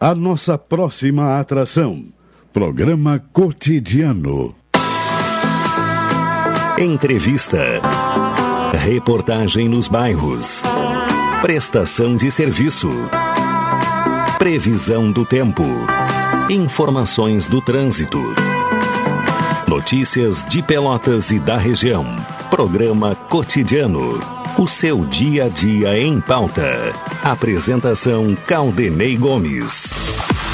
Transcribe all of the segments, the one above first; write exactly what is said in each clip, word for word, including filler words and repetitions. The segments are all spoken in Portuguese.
a nossa próxima atração. Programa Cotidiano. Entrevista. Reportagem nos bairros. Prestação de serviço. Previsão do tempo. Informações do trânsito. Notícias de Pelotas e da região. Programa Cotidiano. O seu dia a dia em pauta. Apresentação Caldenei Gomes.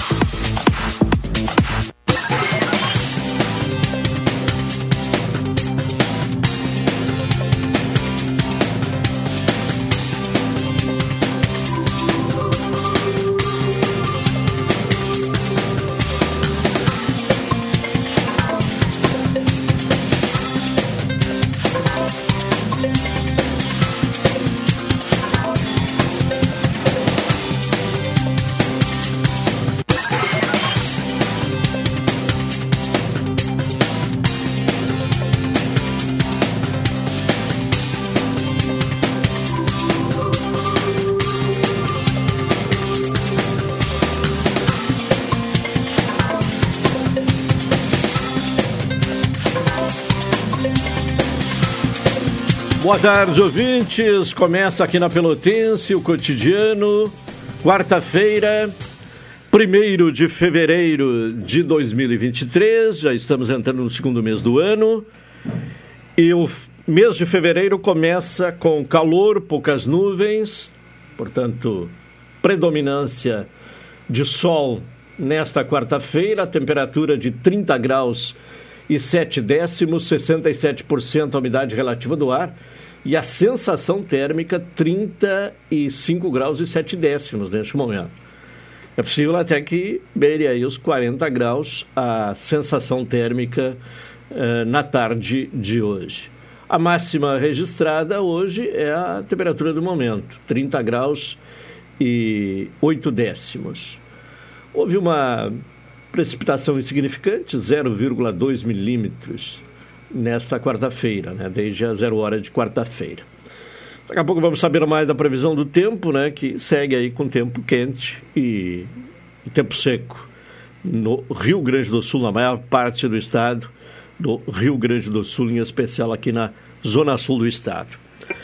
Boa tarde, ouvintes. Começa aqui na Pelotense o Cotidiano, quarta-feira, primeiro de fevereiro de dois mil e vinte e três. Já estamos entrando no segundo mês do ano. E o mês de fevereiro começa com calor, poucas nuvens, portanto, predominância de sol nesta quarta-feira, temperatura de trinta graus e sete décimos, sessenta e sete por cento a umidade relativa do ar. E a sensação térmica, trinta e cinco graus e sete décimos neste momento. É possível até que beire aí os quarenta graus a sensação térmica eh, na tarde de hoje. A máxima registrada hoje é a temperatura do momento, trinta graus e oito décimos. Houve uma precipitação insignificante, zero vírgula dois milímetros, nesta quarta-feira, né? Desde a zero hora de quarta-feira. Daqui a pouco vamos saber mais da previsão do tempo, né? Que segue aí com tempo quente e, e tempo seco no Rio Grande do Sul, na maior parte do estado do Rio Grande do Sul, em especial aqui na zona sul do estado.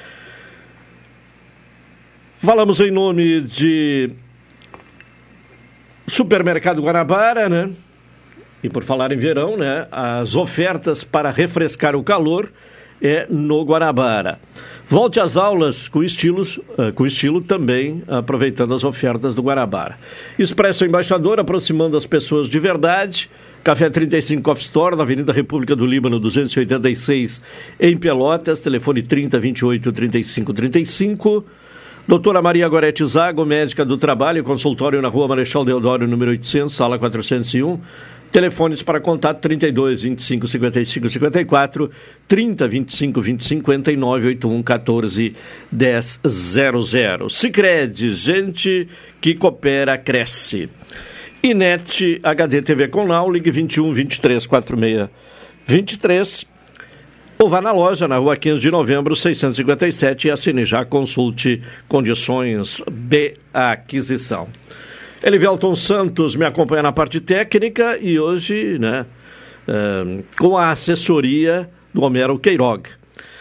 Falamos em nome de Supermercado Guanabara, né? E por falar em verão, né? As ofertas para refrescar o calor é no Guanabara. Volte às aulas com, estilos, uh, com estilo também, aproveitando as ofertas do Guanabara. Expresso Embaixador, aproximando as pessoas de verdade. Café trinta e cinco Coffee Store, na Avenida República do Líbano, duzentos e oitenta e seis, em Pelotas. Telefone trinta, vinte e oito, trinta e cinco, trinta e cinco. Doutora Maria Gorete Zago, médica do trabalho, consultório na Rua Marechal Deodoro, número oitocentos, sala quatrocentos e um. Telefones para contato trinta e dois, vinte e cinco, cinquenta e cinco, cinquenta e quatro, trinta, vinte e cinco, vinte, cinquenta e nove, oitenta e um, quatorze, dez, zero zero. Sicredi, gente que coopera, cresce. Inet H D T V com Now, ligue vinte e um, vinte e três, quarenta e seis, vinte e três. Ou vá na loja, na rua quinze de novembro, seiscentos e cinquenta e sete, e assine já, consulte condições de aquisição. Elivelton Santos me acompanha na parte técnica e hoje, né, uh, com a assessoria do Homero Queiroga.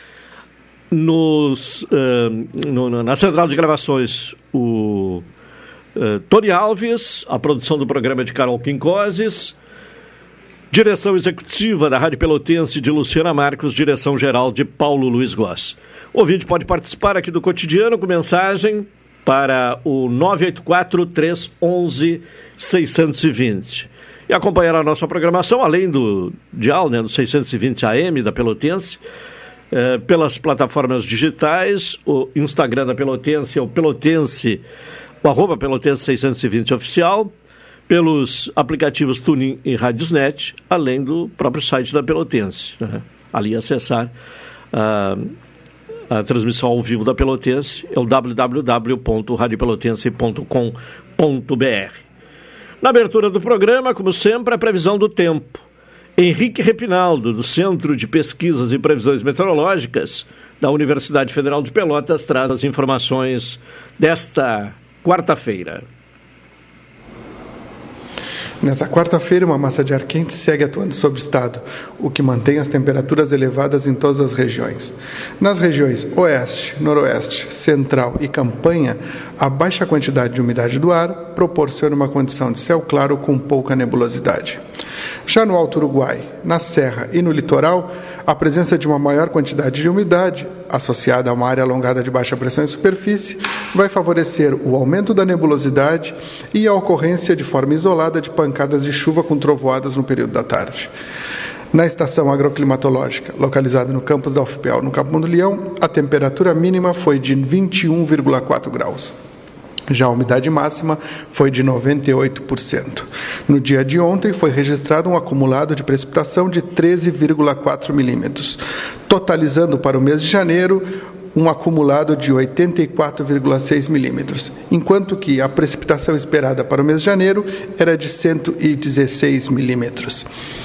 Nos, uh, no, na central de gravações, o uh, Tony Alves, a produção do programa de Carol Quincoses, direção executiva da Rádio Pelotense de Luciana Marcos, direção geral de Paulo Luiz Goss. O ouvinte pode participar aqui do Cotidiano com mensagem para o nove oito quatro, três um um, seis dois zero e acompanhar a nossa programação, além do dial, né, do seiscentos e vinte A M da Pelotense, eh, pelas plataformas digitais, o Instagram da Pelotense é o Pelotense, o arroba Pelotense seiscentos e vinte oficial, pelos aplicativos Tuning e Radiosnet, além do próprio site da Pelotense, né? Ali acessar a, a transmissão ao vivo da Pelotense, é o w w w ponto radio pelotense ponto com ponto b r. Na abertura do programa, como sempre, a previsão do tempo. Henrique Repinaldo, do Centro de Pesquisas e Previsões Meteorológicas da Universidade Federal de Pelotas, traz as informações desta quarta-feira. Nessa quarta-feira, uma massa de ar quente segue atuando sobre o estado, o que mantém as temperaturas elevadas em todas as regiões. Nas regiões oeste, noroeste, central e campanha, a baixa quantidade de umidade do ar proporciona uma condição de céu claro com pouca nebulosidade. Já no Alto Uruguai, na Serra e no litoral, a presença de uma maior quantidade de umidade, associada a uma área alongada de baixa pressão em superfície, vai favorecer o aumento da nebulosidade e a ocorrência de forma isolada de pancadas de chuva com trovoadas no período da tarde. Na estação agroclimatológica, localizada no campus da U F P E L, no Capão do Leão, a temperatura mínima foi de vinte e um vírgula quatro graus. Já a umidade máxima foi de noventa e oito por cento. No dia de ontem foi registrado um acumulado de precipitação de treze vírgula quatro milímetros, totalizando para o mês de janeiro um acumulado de oitenta e quatro vírgula seis milímetros, enquanto que a precipitação esperada para o mês de janeiro era de cento e dezesseis milímetros.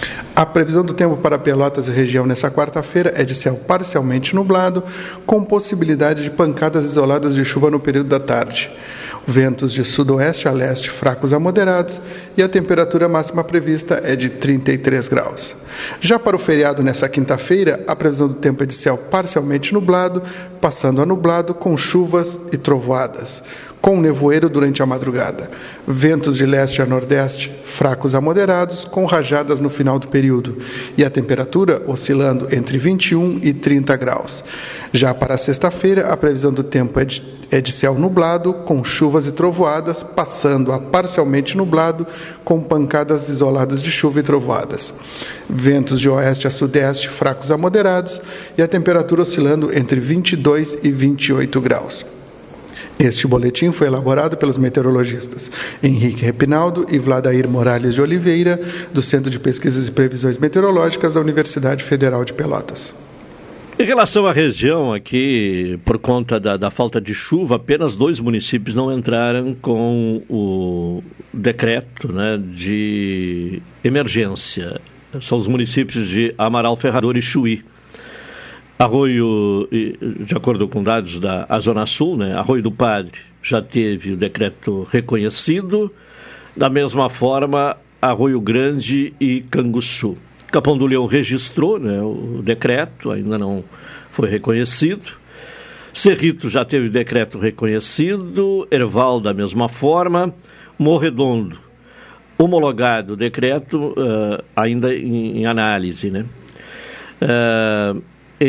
A previsão do tempo para Pelotas e região nessa quarta-feira é de céu parcialmente nublado, com possibilidade de pancadas isoladas de chuva no período da tarde. Ventos de sudoeste a leste fracos a moderados e a temperatura máxima prevista é de trinta e três graus. Já para o feriado nessa quinta-feira, a previsão do tempo é de céu parcialmente nublado, passando a nublado com chuvas e trovoadas, com nevoeiro durante a madrugada. Ventos de leste a nordeste fracos a moderados, com rajadas no final do período, e a temperatura oscilando entre vinte e um e trinta graus. Já para sexta-feira, a previsão do tempo é de, é de céu nublado, com chuvas e trovoadas, passando a parcialmente nublado, com pancadas isoladas de chuva e trovoadas. Ventos de oeste a sudeste fracos a moderados, e a temperatura oscilando entre vinte e dois e vinte e oito graus. Este boletim foi elaborado pelos meteorologistas Henrique Repinaldo e Vladair Morales de Oliveira, do Centro de Pesquisas e Previsões Meteorológicas da Universidade Federal de Pelotas. Em relação à região aqui, por conta da, da falta de chuva, apenas dois municípios não entraram com o decreto, né, de emergência. São os municípios de Amaral, Ferrador e Chuí. Arroio, de acordo com dados da a Zona Sul, né, Arroio do Padre já teve o decreto reconhecido, da mesma forma Arroio Grande e Canguçu. Capão do Leão registrou, né, o decreto, ainda não foi reconhecido. Cerrito já teve o decreto reconhecido, Erval da mesma forma, Morredondo homologado o decreto, uh, ainda em, em análise, né? Uh,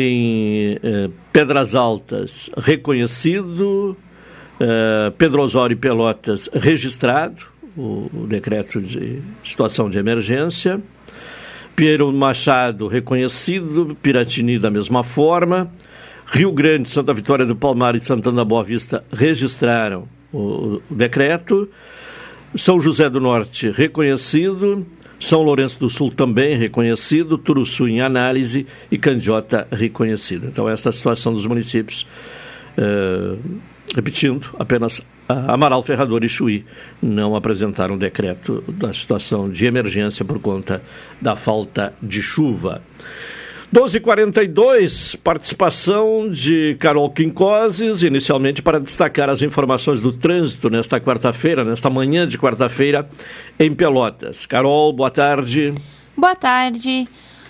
Em eh, Pedras Altas, reconhecido, eh, Pedro Osório e Pelotas, registrado, o, o decreto de situação de emergência, Pinheiro Machado, reconhecido, Piratini, da mesma forma, Rio Grande, Santa Vitória do Palmar e Santana da Boa Vista registraram o, o decreto, São José do Norte, reconhecido, São Lourenço do Sul também reconhecido, Turuçu em análise e Candiota reconhecido. Então, esta é a situação dos municípios. Uh, repetindo, apenas Amaral, Ferrador e Chuí não apresentaram decreto da situação de emergência por conta da falta de chuva. doze e quarenta e dois, participação de Carol Quincoses, inicialmente para destacar as informações do trânsito nesta quarta-feira, nesta manhã de quarta-feira, em Pelotas. Carol, boa tarde. Boa tarde.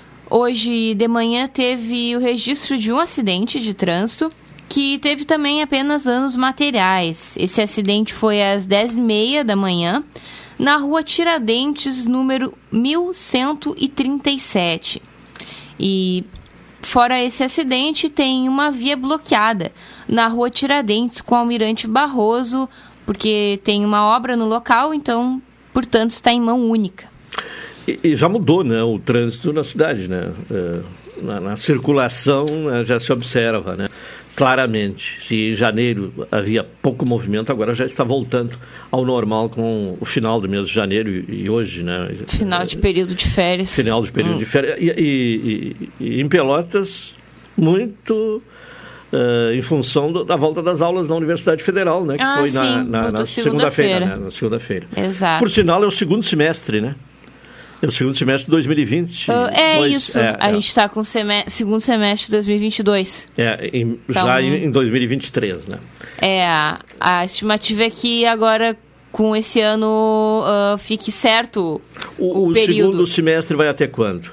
Hoje de manhã teve o registro de um acidente de trânsito, que teve também apenas danos materiais. Esse acidente foi às dez e meia da manhã, na rua Tiradentes, número mil cento e trinta e sete. E fora esse acidente, tem uma via bloqueada na rua Tiradentes com Almirante Barroso, porque tem uma obra no local, então, portanto, está em mão única. E, e já mudou, né, o trânsito na cidade, né? É, na, na circulação, né, já se observa, né? Claramente, se em janeiro havia pouco movimento, agora já está voltando ao normal com o final do mês de janeiro e, e hoje, né? Final de período de férias. Final de período hum. de férias. E, e, e, e em Pelotas, muito uh, em função do, da volta das aulas na Universidade Federal, né? Que ah, foi sim, na, na, na segunda-feira. Né? Na segunda-feira. Exato. Por sinal, é o segundo semestre, né? É o segundo semestre de dois mil e vinte. Uh, é dois, isso, é, a é. gente está com o semestre, segundo semestre de dois mil e vinte e dois. É, em, então, já em, em dois mil e vinte e três, né? É, a, a estimativa é que agora com esse ano uh, fique certo o, o, o período. segundo semestre vai até quando?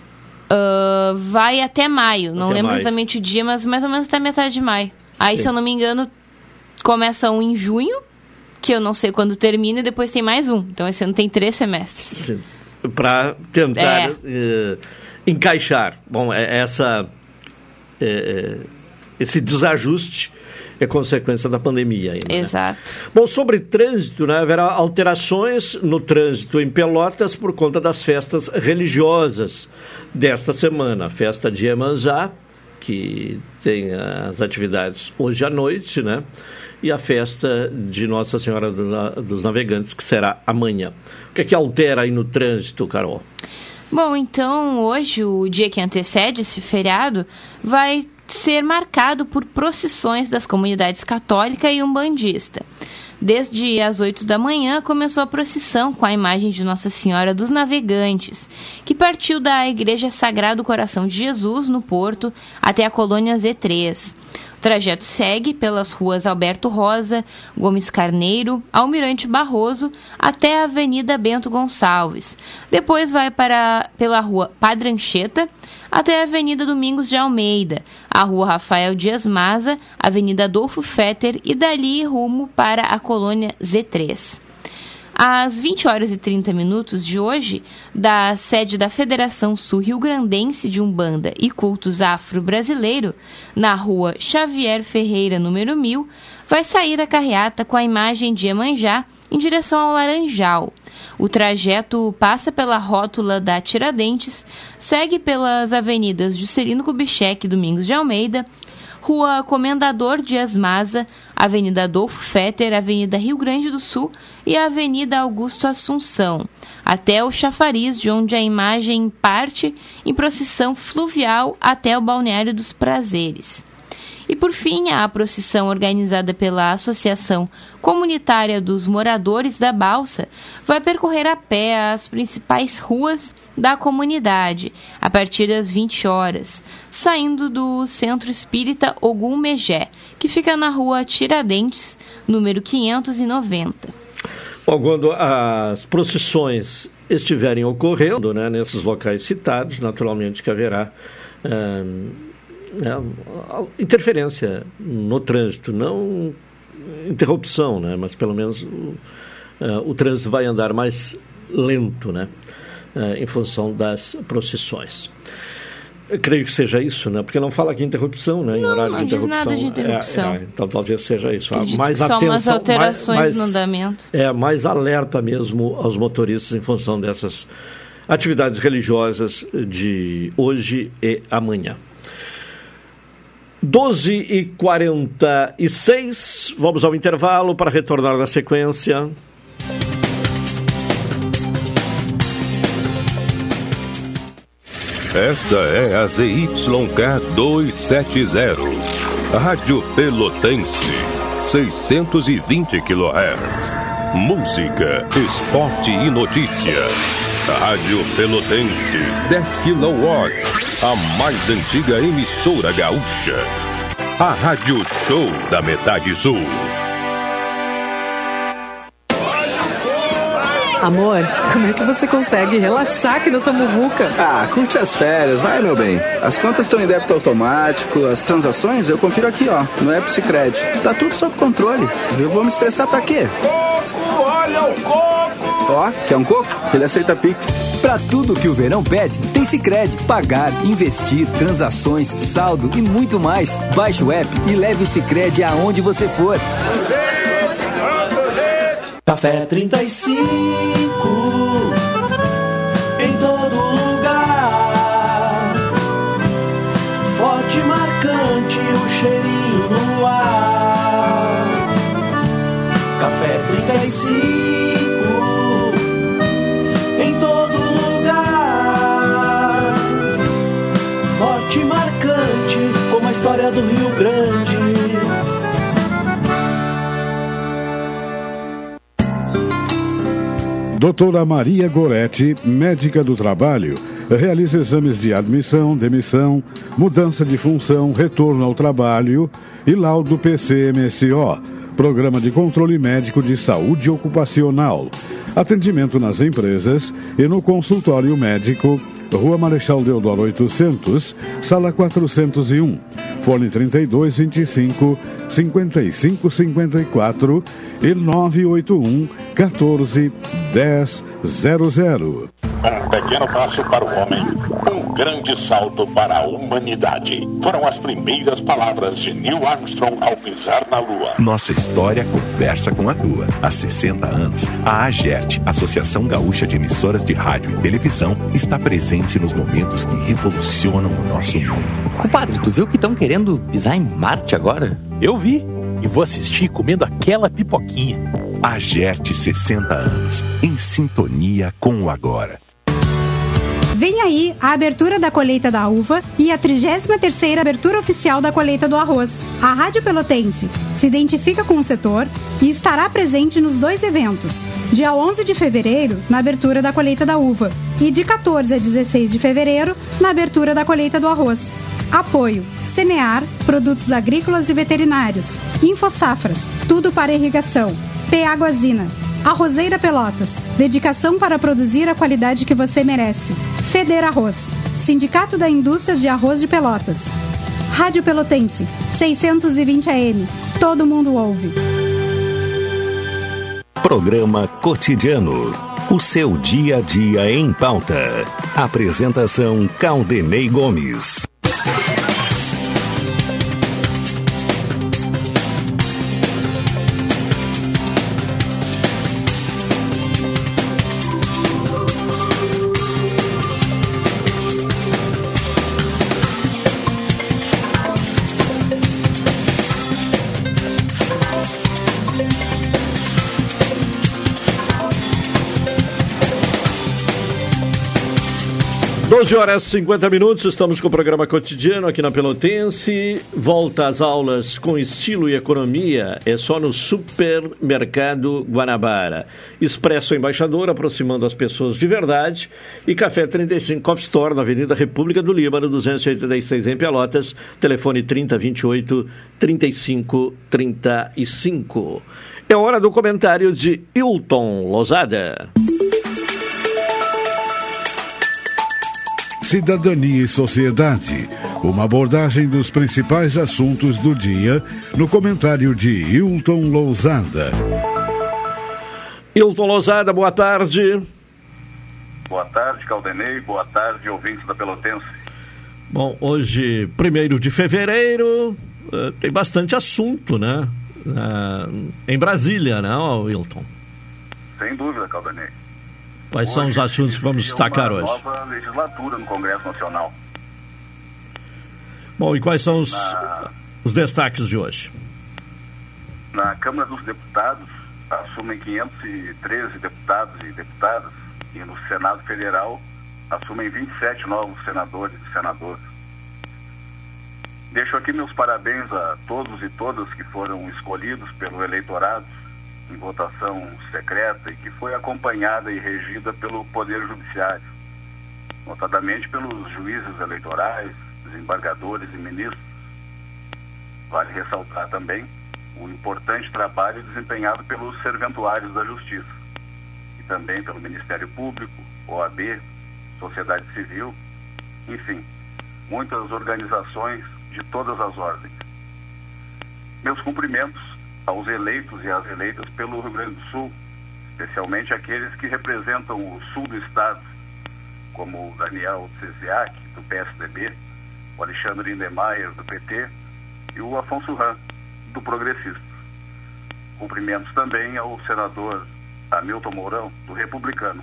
Uh, vai até maio, não até lembro maio. exatamente o dia, mas mais ou menos até metade de maio. Aí, Sim. se eu não me engano, começa um em junho, que eu não sei quando termina, e depois tem mais um. Então, esse ano tem três semestres. Para tentar É. eh, encaixar. Bom, é, essa, é, é, esse desajuste é consequência da pandemia ainda. Exato. Né? Bom, sobre trânsito, né, haverá alterações no trânsito em Pelotas por conta das festas religiosas desta semana. A festa de Iemanjá, que tem as atividades hoje à noite, né? E a festa de Nossa Senhora do, dos Navegantes, que será amanhã. O que é que altera aí no trânsito, Carol? Bom, então, hoje, o dia que antecede esse feriado, vai ser marcado por procissões das comunidades católica e umbandista. Desde as oito da manhã começou a procissão com a imagem de Nossa Senhora dos Navegantes, que partiu da Igreja Sagrado Coração de Jesus, no Porto, até a colônia Z três. O trajeto segue pelas ruas Alberto Rosa, Gomes Carneiro, Almirante Barroso, até a Avenida Bento Gonçalves. Depois vai para, pela rua Padre Anchieta, até a Avenida Domingos de Almeida, a rua Rafael Dias Maza, Avenida Adolfo Fetter e dali rumo para a colônia Z três. Às vinte horas e trinta minutos de hoje, da sede da Federação Sul-Rio-Grandense de Umbanda e Cultos Afro-Brasileiro, na rua Xavier Ferreira, número mil, vai sair a carreata com a imagem de Iemanjá em direção ao Laranjal. O trajeto passa pela rótula da Tiradentes, segue pelas avenidas Juscelino Kubitschek e Domingos de Almeida, Rua Comendador Dias Maza, Avenida Adolfo Fetter, Avenida Rio Grande do Sul e a Avenida Augusto Assunção, até o chafariz, de onde a imagem parte em procissão fluvial até o Balneário dos Prazeres. E, por fim, a procissão organizada pela Associação Comunitária dos Moradores da Balsa vai percorrer a pé as principais ruas da comunidade, a partir das vinte horas, saindo do Centro Espírita Ogum Megé, que fica na rua Tiradentes, número quinhentos e noventa. Bom, quando as procissões estiverem ocorrendo, né, nesses locais citados, naturalmente que haverá hum, é, interferência no trânsito, não interrupção, né, mas pelo menos o, é, o trânsito vai andar mais lento, né, é, em função das procissões. Eu creio que seja isso, né? Porque não fala aqui interrupção, né? Em não, horário não de diz nada de interrupção. É, é, então talvez seja isso. Acredito mais que atenção, são umas alterações mais, no andamento. É, mais alerta mesmo aos motoristas em função dessas atividades religiosas de hoje e amanhã. doze e quarenta e seis, vamos ao intervalo para retornar na sequência. Esta é a Z Y K duzentos e setenta, Rádio Pelotense, seiscentos e vinte quilohertz. Música, esporte e notícia. Rádio Pelotense, dez quilowatts, a mais antiga emissora gaúcha. A Rádio Show da Metade Sul. Amor, como é que você consegue relaxar aqui nessa muvuca? Ah, curte as férias, vai, meu bem. As contas estão em débito automático, as transações eu confiro aqui, ó, no app Sicredi. Tá tudo sob controle. Eu vou me estressar pra quê? Coco, olha o coco! Ó, quer um coco? Ele aceita Pix. Pra tudo que o verão pede, tem Sicredi. Pagar, investir, transações, saldo e muito mais. Baixe o app e leve o Sicredi aonde você for. Café trinta e cinco, em todo lugar. Forte e marcante, o cheirinho no ar. Café trinta e cinco, em todo lugar. Forte e marcante, como a história do Rio Grande. Doutora Maria Goretti, médica do trabalho, realiza exames de admissão, demissão, mudança de função, retorno ao trabalho e laudo P C M S O Programa de Controle Médico de Saúde Ocupacional. Atendimento nas empresas e no consultório médico, Rua Marechal Deodoro oitocentos, Sala quatrocentos e um. Fone trinta e dois, vinte e cinco, cinquenta e cinco, cinquenta e quatro e nove oito um, quatorze, dez, zero zero. Um pequeno passo para o homem, um grande salto para a humanidade. Foram as primeiras palavras de Neil Armstrong ao pisar na Lua. Nossa história conversa com a tua. Há sessenta anos, a AGERT, Associação Gaúcha de Emissoras de Rádio e Televisão, está presente nos momentos que revolucionam o nosso mundo. Compadre, tu viu que estão querendo pisar em Marte agora? Eu vi. E vou assistir comendo aquela pipoquinha. AGERT, sessenta anos, em sintonia com o agora. Vem aí a abertura da colheita da uva e a trigésima terceira abertura oficial da colheita do arroz. A Rádio Pelotense se identifica com o setor e estará presente nos dois eventos, dia onze de fevereiro, na abertura da colheita da uva, e de quatorze a dezesseis de fevereiro, na abertura da colheita do arroz. Apoio: Semear, Produtos Agrícolas e Veterinários, InfoSafras, Tudo para Irrigação, P. Aguazina, Arrozeira Pelotas, dedicação para produzir a qualidade que você merece. Feder Arroz, Sindicato da Indústria de Arroz de Pelotas. Rádio Pelotense, seiscentos e vinte A M, todo mundo ouve. Programa Cotidiano. O seu dia a dia em pauta. Apresentação Caldenei Gomes. doze horas e cinquenta minutos, estamos com o programa Cotidiano aqui na Pelotense. Volta às aulas com estilo e economia é só no Supermercado Guanabara. Expresso Embaixador, aproximando as pessoas de verdade. E Café trinta e cinco Coffee Store, na Avenida República do Líbano, duzentos e oitenta e seis em Pelotas. Telefone trinta, vinte e oito, trinta e cinco, trinta e cinco. É hora do comentário de Hilton Lozada. Cidadania e Sociedade, uma abordagem dos principais assuntos do dia, no comentário de Hilton Lousada. Hilton Lousada, boa tarde. Boa tarde, Caldenei, boa tarde, ouvintes da Pelotense. Bom, hoje, primeiro de fevereiro, uh, tem bastante assunto, né? Uh, em Brasília, né, Hilton? Sem dúvida, Caldenei. Quais hoje, são os assuntos que vamos destacar hoje? Nova legislatura no Congresso Nacional. Bom, e quais são os, Na... os destaques de hoje? Na Câmara dos Deputados, assumem quinhentos e treze deputados e deputadas, e no Senado Federal, assumem vinte e sete novos senadores e senadoras. Deixo aqui meus parabéns a todos e todas que foram escolhidos pelo eleitorado em votação secreta e que foi acompanhada e regida pelo Poder Judiciário, notadamente pelos juízes eleitorais, desembargadores e ministros. Vale ressaltar também o importante trabalho desempenhado pelos serventuários da Justiça e também pelo Ministério Público, O A B, sociedade civil, enfim, muitas organizações de todas as ordens. Meus cumprimentos aos eleitos e às eleitas pelo Rio Grande do Sul, especialmente aqueles que representam o sul do estado, como o Daniel Ceziak, do P S D B, o Alexandre Lindemeyer, do P T, e o Afonso Ram, do Progressistas. Cumprimentos também ao senador Hamilton Mourão, do Republicanos.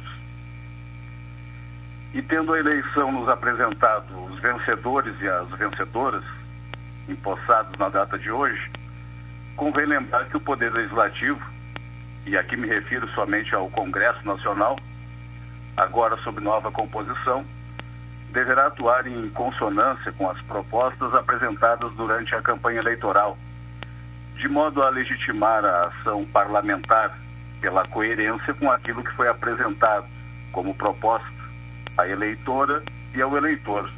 E tendo a eleição nos apresentado os vencedores e as vencedoras, empossados na data de hoje, convém lembrar que o Poder Legislativo, e aqui me refiro somente ao Congresso Nacional, agora sob nova composição, deverá atuar em consonância com as propostas apresentadas durante a campanha eleitoral, de modo a legitimar a ação parlamentar pela coerência com aquilo que foi apresentado como proposta à eleitora e ao eleitor.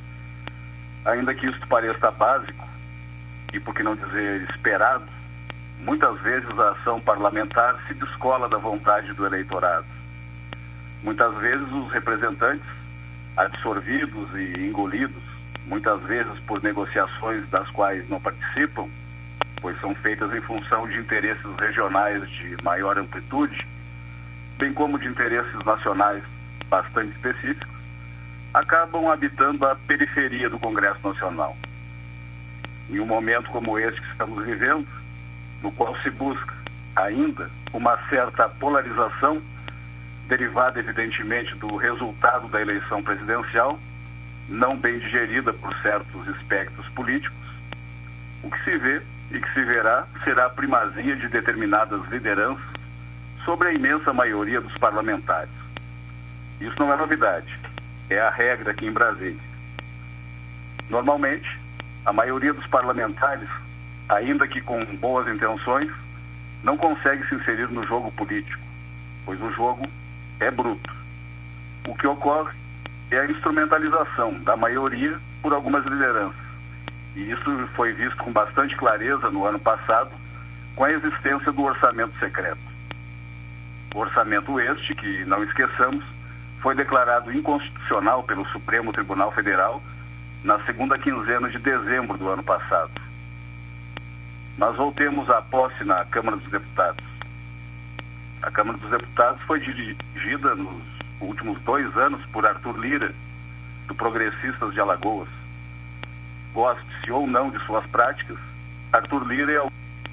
Ainda que isto pareça básico, e por que não dizer esperado, muitas vezes a ação parlamentar se descola da vontade do eleitorado. Muitas vezes os representantes, absorvidos e engolidos, muitas vezes por negociações das quais não participam, pois são feitas em função de interesses regionais de maior amplitude, bem como de interesses nacionais bastante específicos, acabam habitando a periferia do Congresso Nacional. Em um momento como este que estamos vivendo, no qual se busca ainda uma certa polarização, derivada evidentemente do resultado da eleição presidencial, não bem digerida por certos espectros políticos, o que se vê e que se verá será a primazia de determinadas lideranças sobre a imensa maioria dos parlamentares. Isso não é novidade, é a regra aqui em Brasília. Normalmente, a maioria dos parlamentares, ainda que com boas intenções, não consegue se inserir no jogo político, pois o jogo é bruto. O que ocorre é a instrumentalização da maioria por algumas lideranças. E isso foi visto com bastante clareza no ano passado, com a existência do orçamento secreto. O orçamento este, que, não esqueçamos, foi declarado inconstitucional pelo Supremo Tribunal Federal na segunda quinzena de dezembro do ano passado. Mas voltemos à posse na Câmara dos Deputados. A Câmara dos Deputados foi dirigida nos últimos dois anos por Arthur Lira, do Progressistas de Alagoas. Goste-se ou não de suas práticas, Arthur Lira é o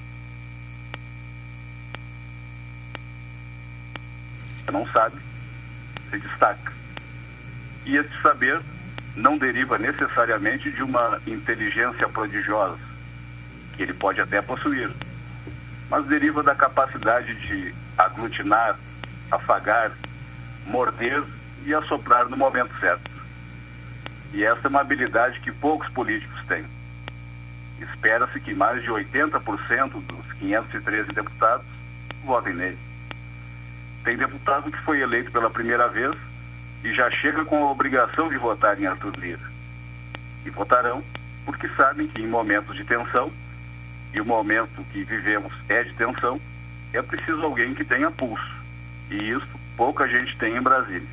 não sabe, se destaca. E esse saber não deriva necessariamente de uma inteligência prodigiosa, que ele pode até possuir, mas deriva da capacidade de aglutinar, afagar, morder e assoprar no momento certo. E essa é uma habilidade que poucos políticos têm. Espera-se que mais de oitenta por cento dos quinhentos e treze deputados votem nele. Tem deputado que foi eleito pela primeira vez e já chega com a obrigação de votar em Arthur Lira. E votarão porque sabem que em momentos de tensão, e o momento que vivemos é de tensão, é preciso alguém que tenha pulso. E isso pouca gente tem em Brasília.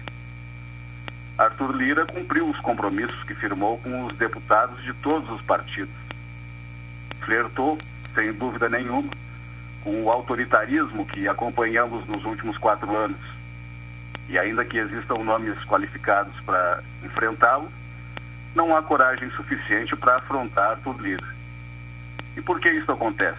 Arthur Lira cumpriu os compromissos que firmou com os deputados de todos os partidos. Flertou, sem dúvida nenhuma, com o autoritarismo que acompanhamos nos últimos quatro anos. E ainda que existam nomes qualificados para enfrentá-lo, não há coragem suficiente para afrontar Arthur Lira. E por que isso acontece?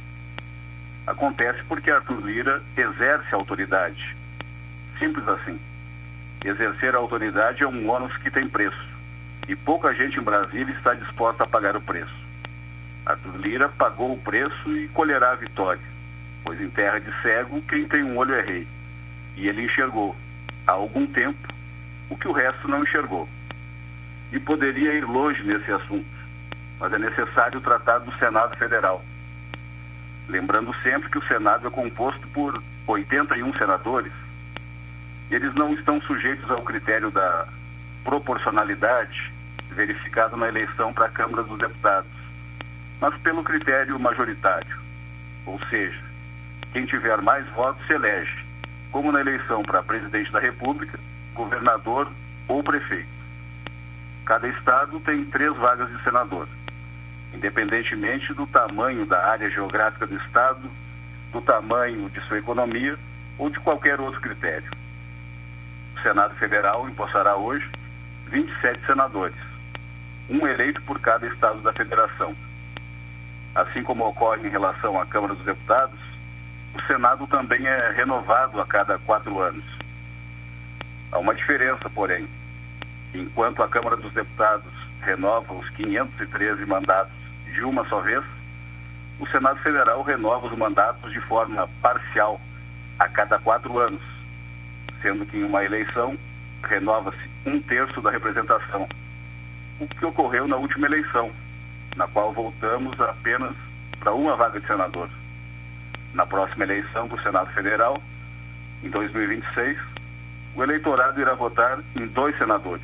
Acontece porque Arthur Lira exerce autoridade. Simples assim. Exercer a autoridade é um ônus que tem preço. E pouca gente em Brasília está disposta a pagar o preço. Arthur Lira pagou o preço e colherá a vitória, pois em terra de cego, quem tem um olho é rei. E ele enxergou, há algum tempo, o que o resto não enxergou. E poderia ir longe nesse assunto, mas é necessário tratar do Senado Federal. Lembrando sempre que o Senado é composto por oitenta e um senadores. Eles não estão sujeitos ao critério da proporcionalidade verificado na eleição para a Câmara dos Deputados, mas pelo critério majoritário. Ou seja, quem tiver mais votos se elege, como na eleição para presidente da República, governador ou prefeito. Cada estado tem três vagas de senador, independentemente do tamanho da área geográfica do estado, do tamanho de sua economia ou de qualquer outro critério. O Senado Federal empossará hoje vinte e sete senadores, um eleito por cada estado da federação. Assim como ocorre em relação à Câmara dos Deputados, o Senado também é renovado a cada quatro anos. Há uma diferença, porém. Enquanto a Câmara dos Deputados renova os quinhentos e treze mandatos de uma só vez, o Senado Federal renova os mandatos de forma parcial a cada quatro anos, sendo que em uma eleição renova-se um terço da representação, o que ocorreu na última eleição, na qual voltamos apenas para uma vaga de senador. Na próxima eleição do Senado Federal, em dois mil e vinte e seis, o eleitorado irá votar em dois senadores,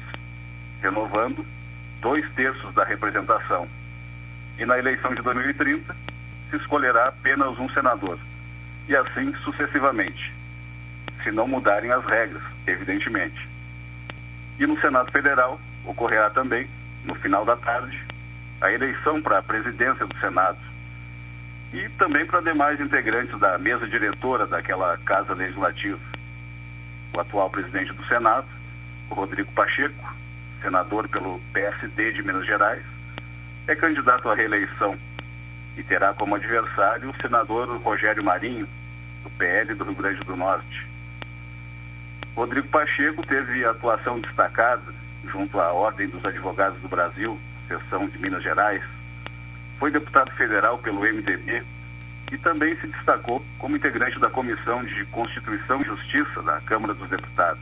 renovando dois terços da representação. E na eleição de dois mil e trinta, se escolherá apenas um senador, e assim sucessivamente, se não mudarem as regras, evidentemente. E no Senado Federal ocorrerá também, no final da tarde, a eleição para a presidência do Senado e também para demais integrantes da mesa diretora daquela Casa Legislativa. O atual presidente do Senado, o Rodrigo Pacheco, senador pelo P S D de Minas Gerais, é candidato à reeleição e terá como adversário o senador Rogério Marinho, do P L do Rio Grande do Norte. Rodrigo Pacheco teve atuação destacada junto à Ordem dos Advogados do Brasil, seção de Minas Gerais, foi deputado federal pelo M D B e também se destacou como integrante da Comissão de Constituição e Justiça da Câmara dos Deputados.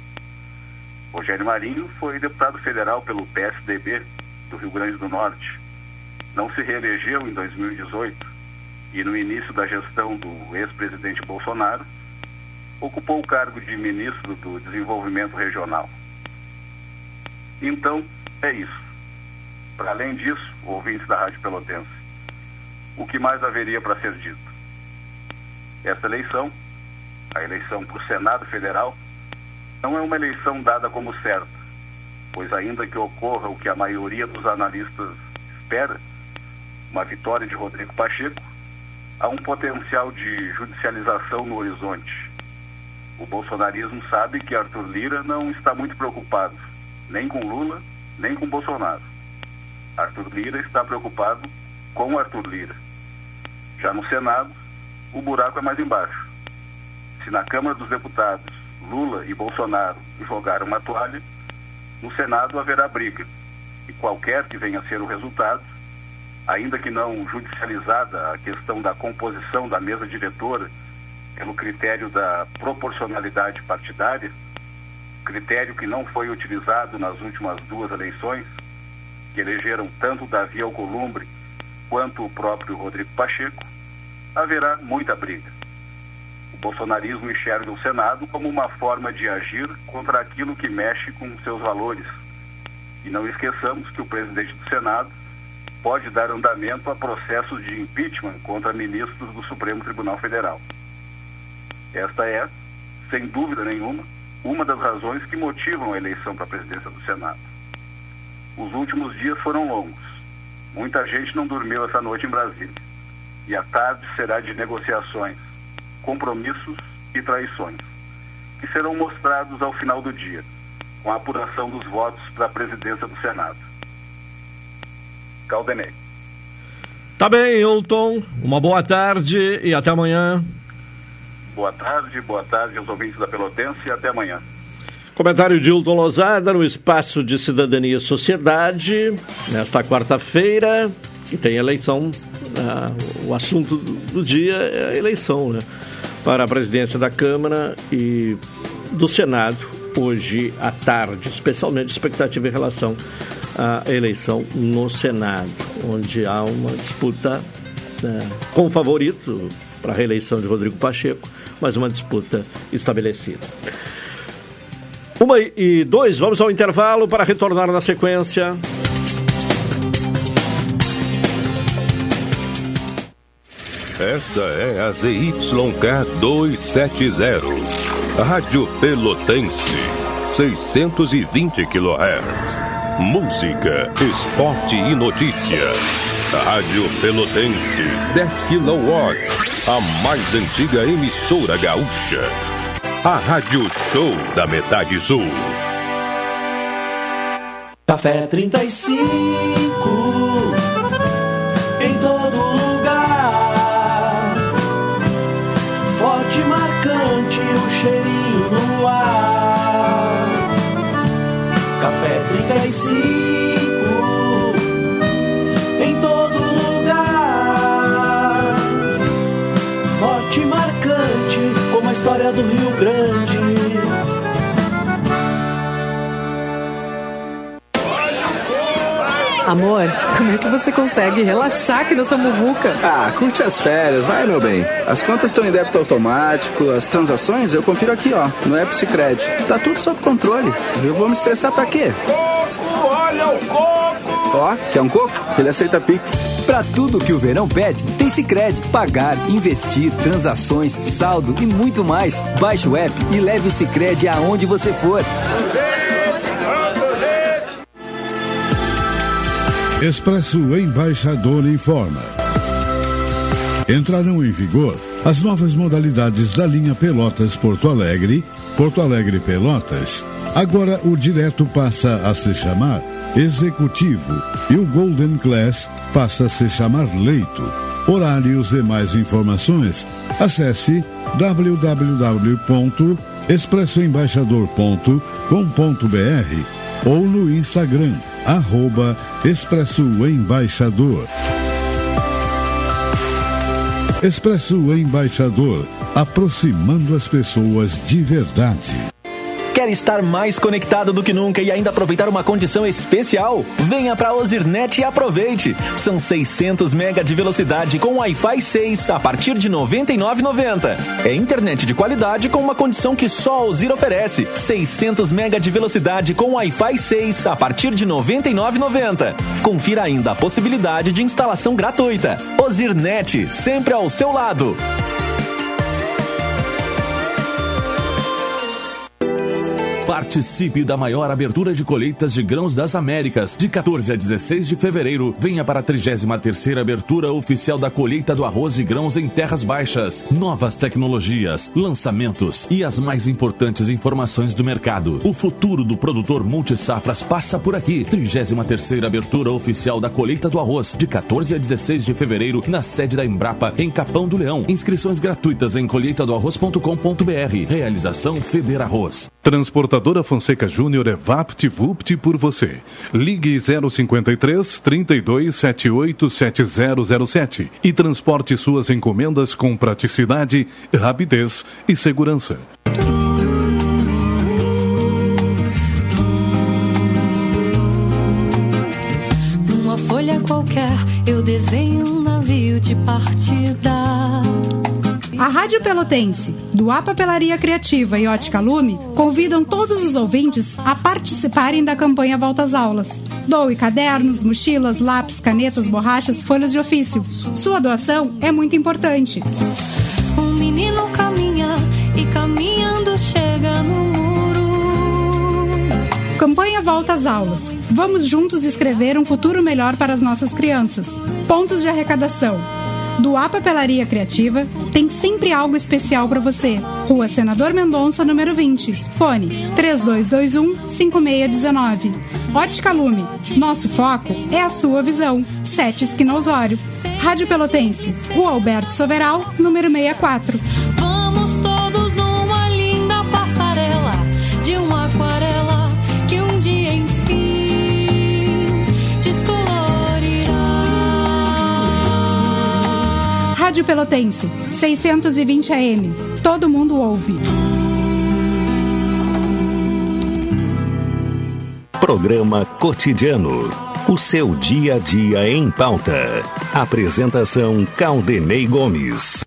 Rogério Marinho foi deputado federal pelo P S D B do Rio Grande do Norte. Não se reelegeu em dois mil e dezoito e no início da gestão do ex-presidente Bolsonaro, ocupou o cargo de ministro do Desenvolvimento Regional. Então, é isso. Para além disso, ouvintes da Rádio Pelotense, o que mais haveria para ser dito? Esta eleição, a eleição para o Senado Federal, não é uma eleição dada como certa, pois ainda que ocorra o que a maioria dos analistas espera, uma vitória de Rodrigo Pacheco, há um potencial de judicialização no horizonte. O bolsonarismo sabe que Arthur Lira não está muito preocupado, nem com Lula, nem com Bolsonaro. Arthur Lira está preocupado com Arthur Lira. Já no Senado, o buraco é mais embaixo. Se na Câmara dos Deputados Lula e Bolsonaro jogaram uma toalha, no Senado haverá briga. E qualquer que venha a ser o resultado, ainda que não judicializada a questão da composição da mesa diretora pelo critério da proporcionalidade partidária, critério que não foi utilizado nas últimas duas eleições, que elegeram tanto Davi Alcolumbre quanto o próprio Rodrigo Pacheco, haverá muita briga. O bolsonarismo enxerga o Senado como uma forma de agir contra aquilo que mexe com seus valores. E não esqueçamos que o presidente do Senado pode dar andamento a processos de impeachment contra ministros do Supremo Tribunal Federal. Esta é, sem dúvida nenhuma, uma das razões que motivam a eleição para a presidência do Senado. Os últimos dias foram longos. Muita gente não dormiu essa noite em Brasília. E a tarde será de negociações, compromissos e traições, que serão mostrados ao final do dia, com a apuração dos votos para a presidência do Senado. Caldenei. Tá bem, Hilton. Uma boa tarde e até amanhã. Boa tarde, boa tarde aos ouvintes da Pelotense e até amanhã. Comentário de Hilton Lozada no Espaço de Cidadania e Sociedade, nesta quarta-feira, que tem eleição, uh, o assunto do dia é a eleição, né, para a presidência da Câmara e do Senado, hoje à tarde, especialmente expectativa em relação à eleição no Senado, onde há uma disputa uh, com o favorito para a reeleição de Rodrigo Pacheco, mas uma disputa estabelecida. Uma e dois, vamos ao intervalo para retornar na sequência. Esta é a Z Y K duzentos e setenta, Rádio Pelotense, seiscentos e vinte quilohertz. Música, esporte e notícia. Rádio Pelotense, dez quilowatts, a mais antiga emissora gaúcha. A Rádio Show da Metade Sul. Café trinta e cinco, em todo lugar. Forte e marcante, o cheirinho no ar. Café trinta e cinco, em todo lugar. Forte e marcante, como a história do Rio Grande. Amor, como é que você consegue relaxar aqui nessa muvuca? Ah, curte as férias, vai, meu bem. As contas estão em débito automático, as transações eu confiro aqui, ó, no App Sicredi. Tá tudo sob controle. Eu vou me estressar pra quê? Coco, olha o coco! Ó, quer um coco? Ele aceita Pix. Pra tudo que o verão pede, tem Sicredi. Pagar, investir, transações, saldo e muito mais. Baixe o app e leve o Sicredi aonde você for. Expresso Embaixador informa. Entrarão em vigor as novas modalidades da linha Pelotas Porto Alegre, Porto Alegre Pelotas. Agora o direto passa a se chamar Executivo e o Golden Class passa a se chamar Leito. Horários e mais informações, acesse w w w ponto expresso embaixador ponto com ponto b r ou no Instagram, arroba Expresso Embaixador. Expresso Embaixador, aproximando as pessoas de verdade. Quer estar mais conectado do que nunca e ainda aproveitar uma condição especial? Venha para a Ozirnet e aproveite! São seiscentos mega de velocidade com Wi-Fi seis a partir de noventa e nove reais e noventa centavos. É internet de qualidade com uma condição que só a Ozir oferece. seiscentos mega de velocidade com Wi-Fi seis a partir de noventa e nove reais e noventa centavos. Confira ainda a possibilidade de instalação gratuita. Ozirnet, sempre ao seu lado. Participe da maior abertura de colheitas de grãos das Américas. De quatorze a dezesseis de fevereiro, venha para a trigésima terceira abertura oficial da colheita do arroz e grãos em terras baixas. Novas tecnologias, lançamentos e as mais importantes informações do mercado. O futuro do produtor multisafras passa por aqui. trigésima terceira abertura oficial da colheita do arroz. De quatorze a dezesseis de fevereiro, na sede da Embrapa, em Capão do Leão. Inscrições gratuitas em colheita do arroz ponto com ponto b r. Realização Federarroz. Transportadora Fonseca Júnior é VaptVupt por você. Ligue zero cinquenta e três, trinta e dois, setenta e oito, setenta zero sete e transporte suas encomendas com praticidade, rapidez e segurança. Numa folha qualquer eu desenho um navio de partida. A Rádio Pelotense, do A Papelaria Criativa e Ótica Lume, convidam todos os ouvintes a participarem da campanha Volta às Aulas. Doe cadernos, mochilas, lápis, canetas, borrachas, folhas de ofício. Sua doação é muito importante. Um menino caminha e caminhando chega no muro. Campanha Volta às Aulas. Vamos juntos escrever um futuro melhor para as nossas crianças. Pontos de arrecadação. Do A Papelaria Criativa, tem sempre algo especial para você. Rua Senador Mendonça, número vinte. Fone três dois dois um, cinco seis um nove. Ótica Lume. Nosso foco é a sua visão. Sete Esquina Osório. Rádio Pelotense. Rua Alberto Soveral, número sessenta e quatro. Vamos todos numa linda passarela de uma aquarela que um dia enfim descolorirá. Rádio Pelotense, seiscentos e vinte A M. Todo mundo ouve. Programa Cotidiano. O seu dia a dia em pauta. Apresentação Caldenei Gomes.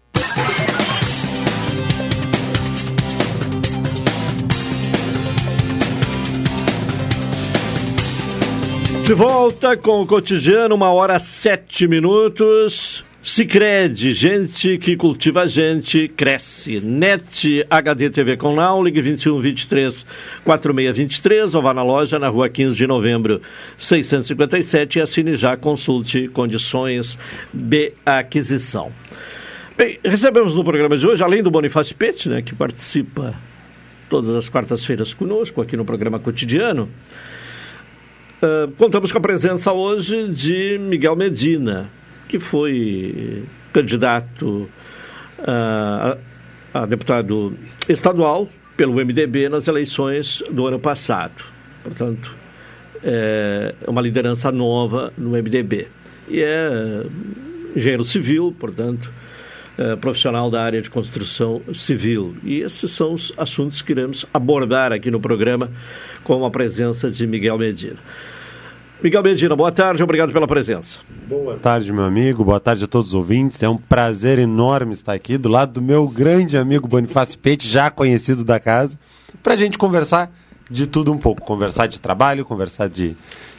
De volta com o Cotidiano, uma hora sete minutos. Sicredi, gente que cultiva a gente, cresce. Net H D T V com Now, ligue vinte e um, vinte e três, quarenta e seis vinte e três, ou vá na loja na rua quinze de novembro, seiscentos e cinquenta e sete e assine já, consulte condições de aquisição. Bem, recebemos no programa de hoje, além do Bonifácio Pet, né, que participa todas as quartas-feiras conosco aqui no programa Cotidiano, uh, contamos com a presença hoje de Miguel Medina, que foi candidato a, a deputado estadual pelo M D B nas eleições do ano passado. Portanto, é uma liderança nova no M D B. E é engenheiro civil, portanto, é profissional da área de construção civil. E esses são os assuntos que iremos abordar aqui no programa com a presença de Miguel Medina. Miguel Medina, boa tarde, obrigado pela presença. Boa tarde, meu amigo, boa tarde a todos os ouvintes. É um prazer enorme estar aqui do lado do meu grande amigo Bonifácio Pete, já conhecido da casa, para a gente conversar de tudo um pouco. Conversar de trabalho, conversar de,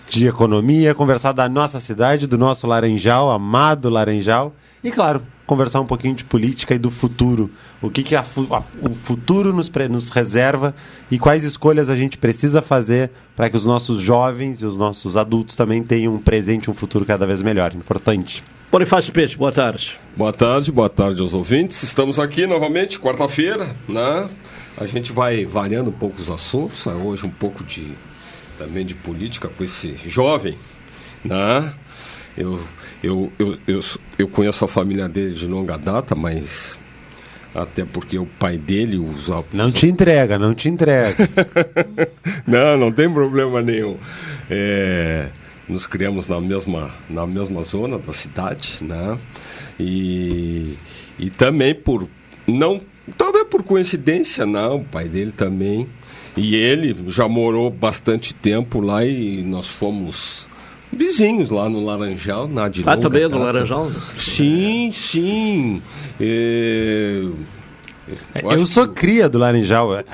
de economia, conversar da nossa cidade, do nosso Laranjal, amado Laranjal, e claro, conversar um pouquinho de política e do futuro. O que, que a, a, o futuro nos, pre, nos reserva e quais escolhas a gente precisa fazer para que os nossos jovens e os nossos adultos também tenham um presente, um futuro cada vez melhor. Importante. Bonifácio Peixe, boa tarde. Boa tarde, boa tarde aos ouvintes. Estamos aqui novamente, quarta-feira, né? A gente vai variando um pouco os assuntos, né? Hoje um pouco de, também de política com esse jovem, né? Eu, eu, eu, eu, eu conheço a família dele de longa data, mas até porque o pai dele usa... Não te entrega, não te entrega. Não, não tem problema nenhum. É... Nos criamos na mesma, na mesma zona da cidade, né? E, e também por, não, talvez por coincidência, não, o pai dele também. E ele já morou bastante tempo lá e nós fomos vizinhos lá no Laranjal, na de Ah, também é do Laranjal? Sim, sim. É... Eu, eu sou que... cria do Laranjal. Eu,